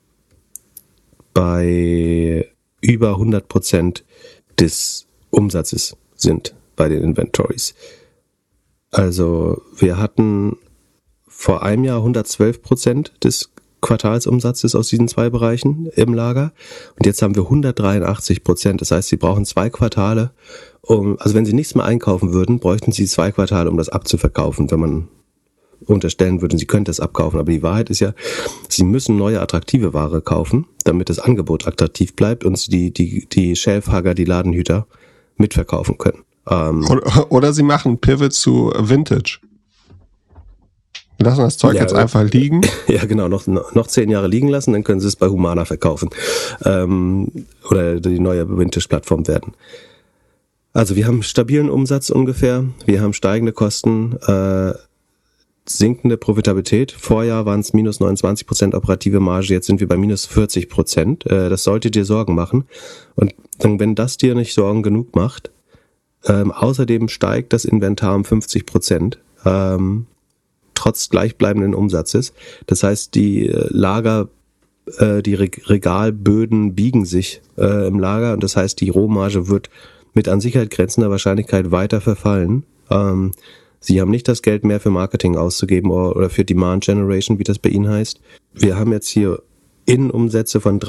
bei über 100% des Umsatzes sind bei den Inventories. Also wir hatten vor einem Jahr 112% des Quartalsumsatzes aus diesen zwei Bereichen im Lager und jetzt haben wir 183%. Das heißt, sie brauchen 2 Quartale, also wenn sie nichts mehr einkaufen würden, bräuchten sie 2 Quartale, um das abzuverkaufen, wenn man unterstellen würde, sie könnten das abkaufen. Aber die Wahrheit ist ja, sie müssen neue attraktive Ware kaufen, damit das Angebot attraktiv bleibt und sie die Shelfhugger, die Ladenhüter mitverkaufen können. Oder sie machen einen Pivot zu Vintage. Lassen das Zeug jetzt einfach liegen. Ja, genau, noch 10 Jahre liegen lassen, dann können sie es bei Humana verkaufen. Oder die neue Vintage-Plattform werden. Also wir haben stabilen Umsatz ungefähr, wir haben steigende Kosten, sinkende Profitabilität. Vorjahr waren es minus 29% operative Marge, jetzt sind wir bei minus 40%. Das sollte dir Sorgen machen. Und dann, wenn das dir nicht Sorgen genug macht, außerdem steigt das Inventar um 50%, trotz gleichbleibenden Umsatzes. Das heißt, die Lager, die Regalböden biegen sich im Lager und das heißt, die Rohmarge wird mit an Sicherheit grenzender Wahrscheinlichkeit weiter verfallen. Sie haben nicht das Geld mehr für Marketing auszugeben oder für Demand Generation, wie das bei Ihnen heißt. Wir haben jetzt hier Innenumsatz von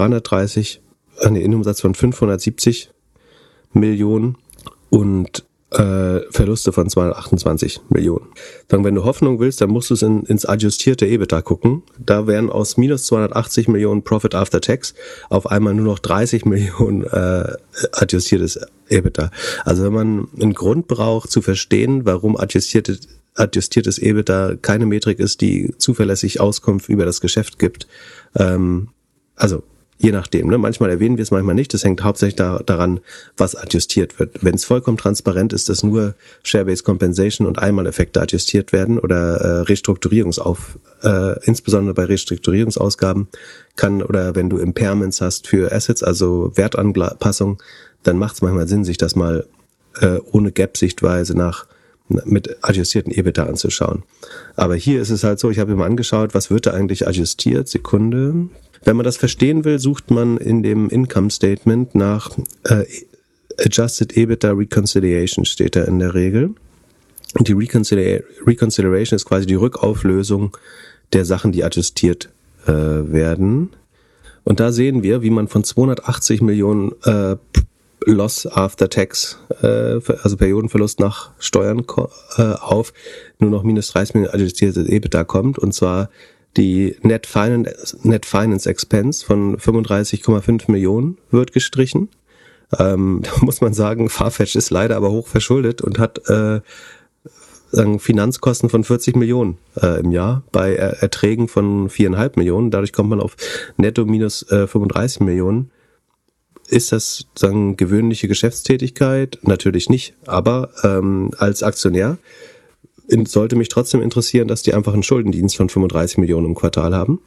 570 Millionen und Verluste von 228 Millionen. Dann, wenn du Hoffnung willst, dann musst du ins adjustierte EBITDA gucken. Da wären aus minus 280 Millionen Profit After Tax auf einmal nur noch 30 Millionen adjustiertes EBITDA. Also wenn man einen Grund braucht zu verstehen, warum adjustiertes EBITDA keine Metrik ist, die zuverlässig Auskunft über das Geschäft gibt, also je nachdem, ne? Manchmal erwähnen wir es, manchmal nicht. Das hängt hauptsächlich daran, was adjustiert wird. Wenn es vollkommen transparent ist, dass nur Share-Based Compensation und Einmaleffekte adjustiert werden oder insbesondere bei Restrukturierungsausgaben oder wenn du Impairments hast für Assets, also Wertanpassung, dann macht es manchmal Sinn, sich das mal ohne Gap-Sichtweise mit adjustierten EBITDA anzuschauen. Aber hier ist es halt so, ich habe mir mal angeschaut, was wird da eigentlich adjustiert? Sekunde. Wenn man das verstehen will, sucht man in dem Income Statement nach Adjusted EBITDA Reconciliation, steht da in der Regel. Und die Reconciliation ist quasi die Rückauflösung der Sachen, die adjustiert werden. Und da sehen wir, wie man von 280 Millionen Loss after Tax, also Periodenverlust nach Steuern auf nur noch minus 30 Millionen adjustiertes EBITDA kommt, und zwar die Net Finance Expense von 35,5 Millionen wird gestrichen. Da muss man sagen, Farfetch ist leider aber hoch verschuldet und hat Finanzkosten von 40 Millionen im Jahr bei Erträgen von 4,5 Millionen. Dadurch kommt man auf netto minus 35 Millionen. Ist das gewöhnliche Geschäftstätigkeit? Natürlich nicht, aber als Aktionär sollte mich trotzdem interessieren, dass die einfach einen Schuldendienst von 35 Millionen im Quartal haben.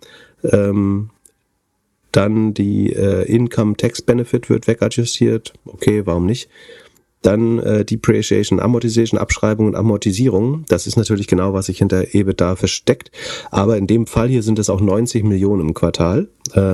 Dann die Income Tax Benefit wird wegadjustiert. Okay, warum nicht? Dann Depreciation, Amortization, Abschreibung und Amortisierung. Das ist natürlich genau, was sich hinter EBITDA versteckt. Aber in dem Fall hier sind es auch 90 Millionen im Quartal.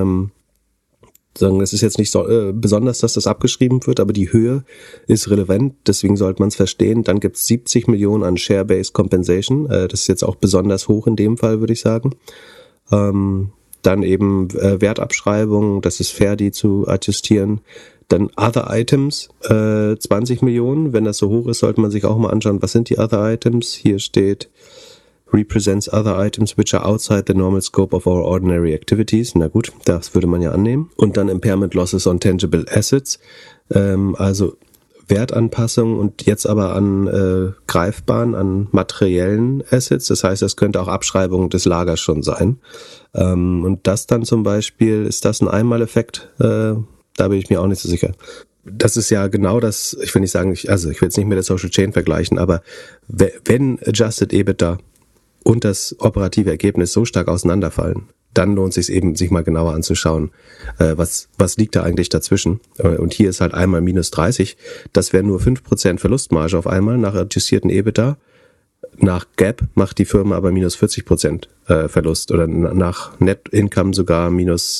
Es ist jetzt nicht so besonders, dass das abgeschrieben wird, aber die Höhe ist relevant, deswegen sollte man es verstehen. Dann gibt es 70 Millionen an Share-Based Compensation, das ist jetzt auch besonders hoch in dem Fall, würde ich sagen. Dann eben Wertabschreibung, das ist fair, die zu adjustieren. Dann Other Items, 20 Millionen, wenn das so hoch ist, sollte man sich auch mal anschauen, was sind die Other Items. Hier steht represents other items which are outside the normal scope of our ordinary activities. Na gut, das würde man ja annehmen. Und dann Impairment Losses on Tangible Assets. Also Wertanpassungen und jetzt aber an greifbaren, an materiellen Assets. Das heißt, das könnte auch Abschreibung des Lagers schon sein. Und das dann zum Beispiel, ist das ein Einmaleffekt? Da bin ich mir auch nicht so sicher. Das ist ja genau das, ich will nicht sagen, ich will jetzt nicht mit der Social Chain vergleichen, aber wenn Adjusted EBITDA und das operative Ergebnis so stark auseinanderfallen, dann lohnt es sich eben, sich mal genauer anzuschauen, was liegt da eigentlich dazwischen. Und hier ist halt einmal minus 30, das wären nur 5% Verlustmarge auf einmal nach adjustierten EBITDA. Nach GAAP macht die Firma aber minus 40% Verlust oder nach Net Income sogar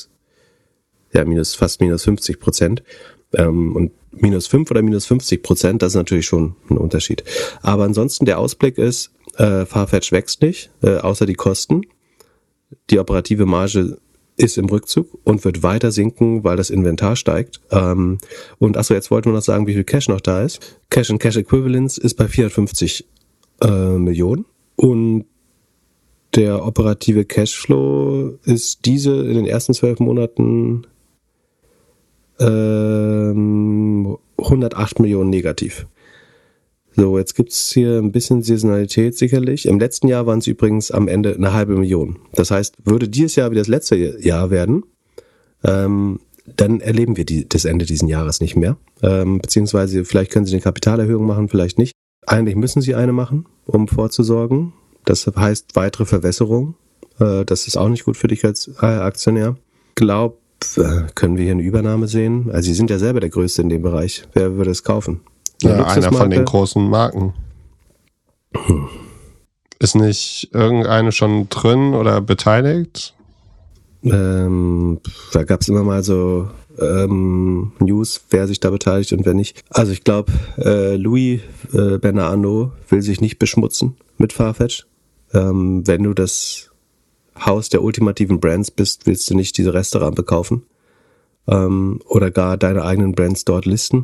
fast minus 50%. Und minus 5 oder minus 50%, das ist natürlich schon ein Unterschied. Aber ansonsten der Ausblick ist, Farfetch wächst nicht, außer die Kosten. Die operative Marge ist im Rückzug und wird weiter sinken, weil das Inventar steigt. Und jetzt wollten wir noch sagen, wie viel Cash noch da ist. Cash and Cash Equivalents ist bei 450 Millionen. Und der operative Cashflow ist in den ersten 12 Monaten 108 Millionen negativ. So, jetzt gibt's hier ein bisschen Saisonalität sicherlich. Im letzten Jahr waren es übrigens am Ende 500.000. Das heißt, würde dieses Jahr wie das letzte Jahr werden, dann erleben wir das Ende dieses Jahres nicht mehr. Beziehungsweise vielleicht können sie eine Kapitalerhöhung machen, vielleicht nicht. Eigentlich müssen sie eine machen, um vorzusorgen. Das heißt weitere Verwässerung. Das ist auch nicht gut für dich als Aktionär. Können wir hier eine Übernahme sehen? Also sie sind ja selber der Größte in dem Bereich. Wer würde es kaufen? Ja, einer von den großen Marken. Ist nicht irgendeine schon drin oder beteiligt? Da gab es immer mal so News, wer sich da beteiligt und wer nicht. Also ich glaube, Louis Bernard-Arnault will sich nicht beschmutzen mit Farfetch. Wenn du das Haus der ultimativen Brands bist, willst du nicht diese Restaurante kaufen oder gar deine eigenen Brands dort listen.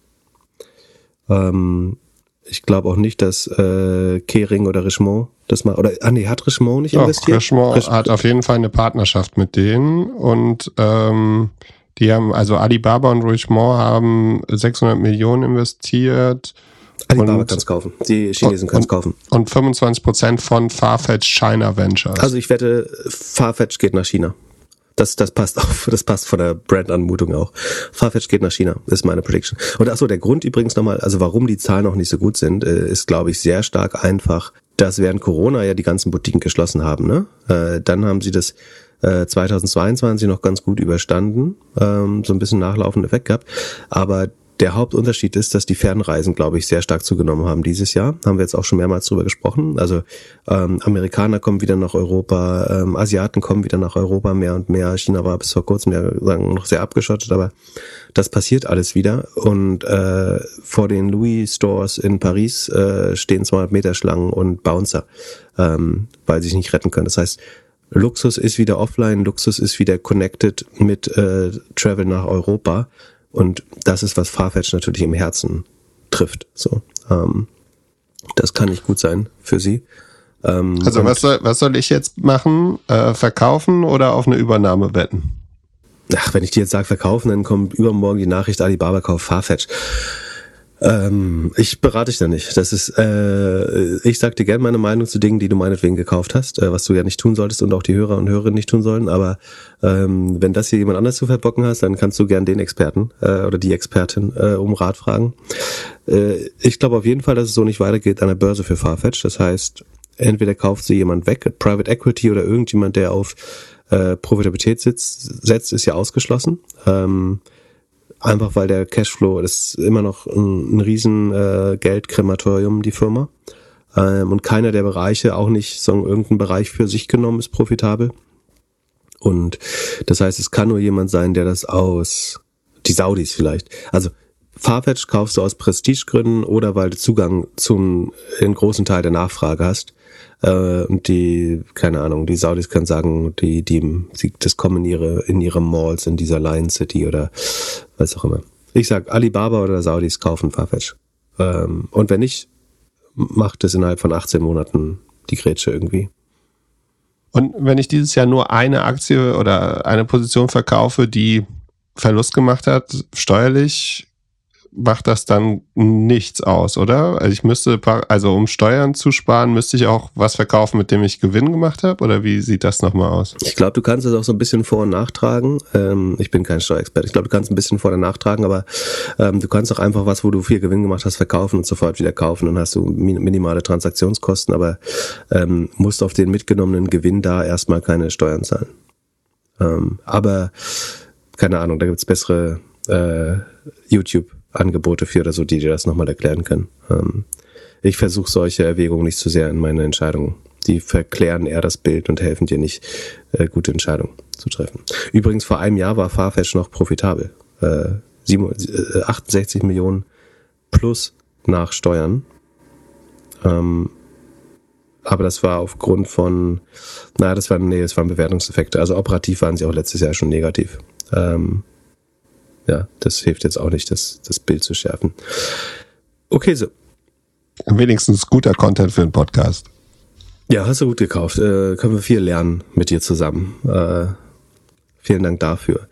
Ich glaube auch nicht, dass Kering oder Richemont das mal, hat Richemont nicht investiert? Richemont hat auf jeden Fall eine Partnerschaft mit denen und die haben, also Alibaba und Richemont haben 600 Millionen investiert. Alibaba kann es kaufen. Die Chinesen können es kaufen. Und 25% von Farfetch China Ventures. Also ich wette, Farfetch geht nach China. Das passt auf. Das passt von der Brandanmutung auch. Farfetch geht nach China, ist meine Prediction. Und der Grund übrigens nochmal, also warum die Zahlen noch nicht so gut sind, ist, glaube ich, sehr stark einfach, dass während Corona ja die ganzen Boutiquen geschlossen haben. Ne? Dann haben sie das 2022 noch ganz gut überstanden, so ein bisschen nachlaufenden Effekt gehabt. Aber der Hauptunterschied ist, dass die Fernreisen, glaube ich, sehr stark zugenommen haben dieses Jahr. Haben wir jetzt auch schon mehrmals drüber gesprochen. Also Amerikaner kommen wieder nach Europa, Asiaten kommen wieder nach Europa mehr und mehr. China war bis vor kurzem noch sehr abgeschottet, aber das passiert alles wieder. Und vor den Louis Stores in Paris stehen 200 Meter Schlangen und Bouncer, weil sie sich nicht retten können. Das heißt, Luxus ist wieder offline, Luxus ist wieder connected mit Travel nach Europa. Und das ist, was Farfetch natürlich im Herzen trifft. So, das kann nicht gut sein für sie. Also was soll ich jetzt machen? Verkaufen oder auf eine Übernahme wetten? Ach, wenn ich dir jetzt sage verkaufen, dann kommt übermorgen die Nachricht, Alibaba kauft Farfetch. Ich berate dich da nicht. Das ist, ich sag dir gerne meine Meinung zu Dingen, die du meinetwegen gekauft hast, was du ja nicht tun solltest und auch die Hörer und Hörerinnen nicht tun sollen. Aber wenn das hier jemand anders zu verbocken hast, dann kannst du gern den Experten oder die Expertin um Rat fragen. Ich glaube auf jeden Fall, dass es so nicht weitergeht an der Börse für Farfetch. Das heißt, entweder kauft sie jemand weg, Private Equity oder irgendjemand, der auf Profitabilität setzt, ist ja ausgeschlossen. Einfach weil der Cashflow, das ist immer noch ein riesen Geldkrematorium, die Firma. Und keiner der Bereiche, auch nicht so irgendein Bereich für sich genommen, ist profitabel. Und das heißt, es kann nur jemand sein, der das die Saudis vielleicht. Also Farfetch kaufst du aus Prestigegründen oder weil du Zugang zum einen großen Teil der Nachfrage hast. Und die Saudis können sagen, das kommen in ihre Malls in dieser Lion City oder was auch immer. Ich sag, Alibaba oder Saudis kaufen Farfetch. Und wenn nicht, macht es innerhalb von 18 Monaten die Grätsche irgendwie. Und wenn ich dieses Jahr nur eine Aktie oder eine Position verkaufe, die Verlust gemacht hat, steuerlich, macht das dann nichts aus, oder? Also um Steuern zu sparen, müsste ich auch was verkaufen, mit dem ich Gewinn gemacht habe? Oder wie sieht das nochmal aus? Ich glaube, du kannst es auch so ein bisschen vor- und nachtragen. Ich bin kein Steuerexperte. Ich glaube, du kannst ein bisschen vor- und nachtragen, aber du kannst auch einfach was, wo du viel Gewinn gemacht hast, verkaufen und sofort wieder kaufen. Dann hast du minimale Transaktionskosten, aber musst auf den mitgenommenen Gewinn da erstmal keine Steuern zahlen. Aber keine Ahnung, da gibt's bessere YouTube-Angebote für oder so, die dir das nochmal erklären können. Ich versuche solche Erwägungen nicht zu sehr in meine Entscheidungen. Die verklären eher das Bild und helfen dir nicht, gute Entscheidungen zu treffen. Übrigens, vor einem Jahr war Farfetch noch profitabel. 68 Millionen plus nach Steuern. Aber das war aufgrund von, das waren Bewertungseffekte. Also operativ waren sie auch letztes Jahr schon negativ. Das hilft jetzt auch nicht, das Bild zu schärfen. Okay, so. Wenigstens guter Content für einen Podcast. Ja, hast du gut gekauft. Können wir viel lernen mit dir zusammen. Vielen Dank dafür.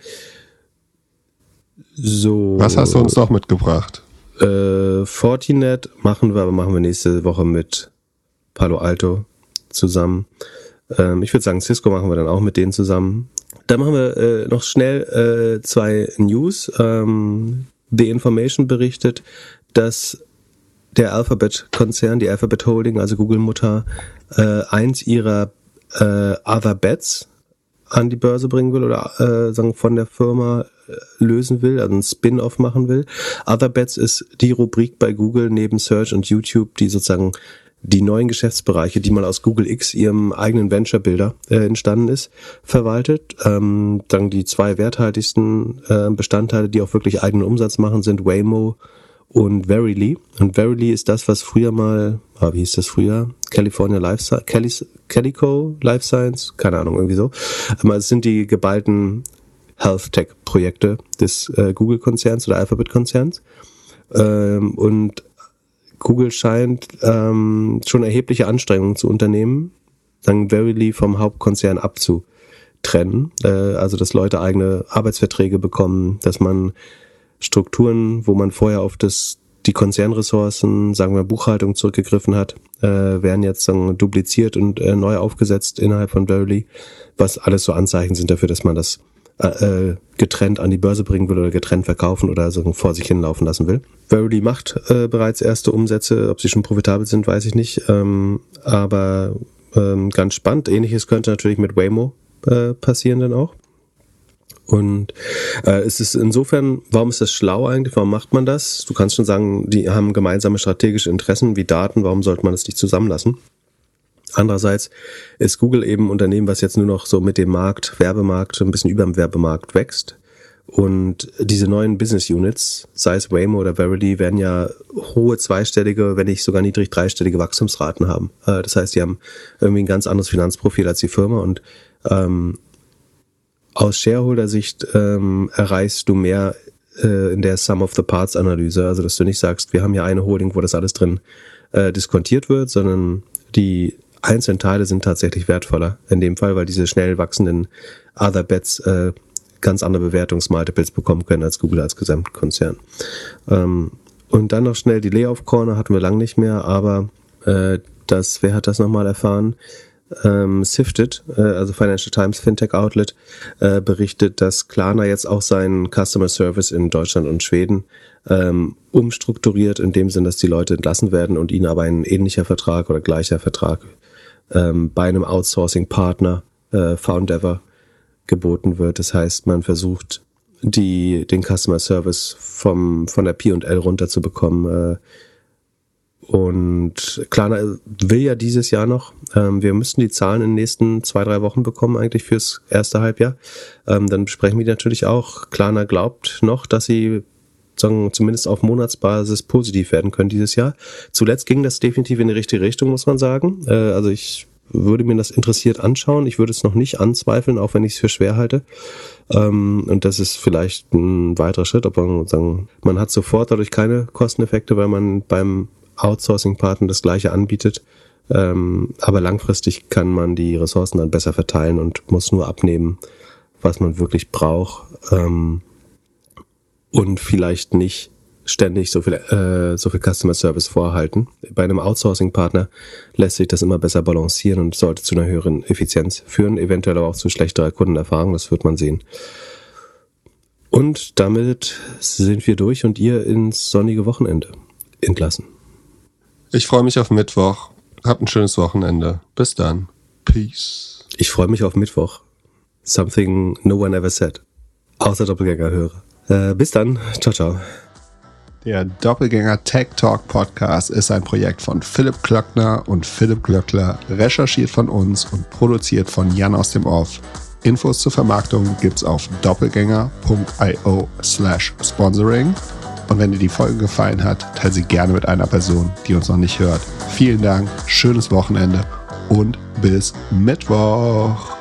So. Was hast du uns noch mitgebracht? Fortinet machen wir nächste Woche mit Palo Alto zusammen. Ich würde sagen, Cisco machen wir dann auch mit denen zusammen. Dann machen wir noch schnell 2 News. The Information berichtet, dass der Alphabet-Konzern, die Alphabet Holding, also Google-Mutter, eins ihrer Other Bets an die Börse bringen will oder von der Firma lösen will, also einen Spin-off machen will. Other Bets ist die Rubrik bei Google neben Search und YouTube, die sozusagen die neuen Geschäftsbereiche, die mal aus Google X, ihrem eigenen Venture-Builder entstanden ist, verwaltet. Dann die 2 werthaltigsten Bestandteile, die auch wirklich eigenen Umsatz machen, sind Waymo und Verily. Und Verily ist das, was früher mal, wie hieß das früher? Calico Life Science? Keine Ahnung, irgendwie so. Aber es sind die geballten Health-Tech-Projekte des Google-Konzerns oder Alphabet-Konzerns. Und Google scheint schon erhebliche Anstrengungen zu unternehmen, dann Verily vom Hauptkonzern abzutrennen. Also dass Leute eigene Arbeitsverträge bekommen, dass man Strukturen, wo man vorher auf die Konzernressourcen, sagen wir Buchhaltung zurückgegriffen hat, werden jetzt dupliziert und neu aufgesetzt innerhalb von Verily, was alles so Anzeichen sind dafür, dass man das getrennt an die Börse bringen will oder getrennt verkaufen oder so vor sich hinlaufen lassen will. Verily macht bereits erste Umsätze, ob sie schon profitabel sind, weiß ich nicht, aber ganz spannend. Ähnliches könnte natürlich mit Waymo passieren dann auch. Und es ist insofern, warum ist das schlau eigentlich? Warum macht man das? Du kannst schon sagen, die haben gemeinsame strategische Interessen wie Daten, warum sollte man das nicht zusammenlassen? Andererseits ist Google eben ein Unternehmen, was jetzt nur noch so mit dem Werbemarkt, ein bisschen über dem Werbemarkt wächst. Und diese neuen Business Units, sei es Waymo oder Verily, werden ja hohe zweistellige, wenn nicht sogar niedrig dreistellige Wachstumsraten haben. Das heißt, die haben irgendwie ein ganz anderes Finanzprofil als die Firma und aus Shareholder-Sicht erreichst du mehr in der Sum-of-the-Parts-Analyse. Also, dass du nicht sagst, wir haben hier eine Holding, wo das alles drin diskontiert wird, sondern die einzelnen Teile sind tatsächlich wertvoller in dem Fall, weil diese schnell wachsenden Other Bets ganz andere Bewertungsmultiples bekommen können als Google als Gesamtkonzern. Und dann noch schnell die Layoff Corner hatten wir lang nicht mehr, aber wer hat das nochmal erfahren? Sifted, also Financial Times Fintech Outlet, berichtet, dass Klarna jetzt auch seinen Customer Service in Deutschland und Schweden umstrukturiert, in dem Sinn, dass die Leute entlassen werden und ihnen aber ein ähnlicher Vertrag oder gleicher Vertrag bei einem Outsourcing-Partner, Foundever, geboten wird. Das heißt, man versucht, den Customer Service von der P&L runterzubekommen. Und Klarna will ja dieses Jahr noch. Wir müssten die Zahlen in den nächsten 2-3 Wochen bekommen, eigentlich fürs erste Halbjahr. Dann besprechen wir die natürlich auch. Klarna glaubt noch, dass sie zumindest auf Monatsbasis positiv werden können dieses Jahr. Zuletzt ging das definitiv in die richtige Richtung, muss man sagen. Also ich würde mir das interessiert anschauen. Ich würde es noch nicht anzweifeln, auch wenn ich es für schwer halte. Und das ist vielleicht ein weiterer Schritt, ob man sagen, man hat sofort dadurch keine Kosteneffekte, weil man beim Outsourcing-Partner das Gleiche anbietet. Aber langfristig kann man die Ressourcen dann besser verteilen und muss nur abnehmen, was man wirklich braucht. Und vielleicht nicht ständig so viel Customer Service vorhalten. Bei einem Outsourcing-Partner lässt sich das immer besser balancieren und sollte zu einer höheren Effizienz führen, eventuell aber auch zu schlechterer Kundenerfahrung, das wird man sehen. Und damit sind wir durch und ihr ins sonnige Wochenende entlassen. Ich freue mich auf Mittwoch. Habt ein schönes Wochenende. Bis dann. Peace. Ich freue mich auf Mittwoch. Something no one ever said. Außer Doppelgänger-Hörer. Bis dann. Ciao, ciao. Der Doppelgänger Tech Talk Podcast ist ein Projekt von Philipp Klöckner und Philipp Glöckler, recherchiert von uns und produziert von Jan aus dem Off. Infos zur Vermarktung gibt's auf doppelgänger.io/sponsoring. Und wenn dir die Folge gefallen hat, teile sie gerne mit einer Person, die uns noch nicht hört. Vielen Dank, schönes Wochenende und bis Mittwoch.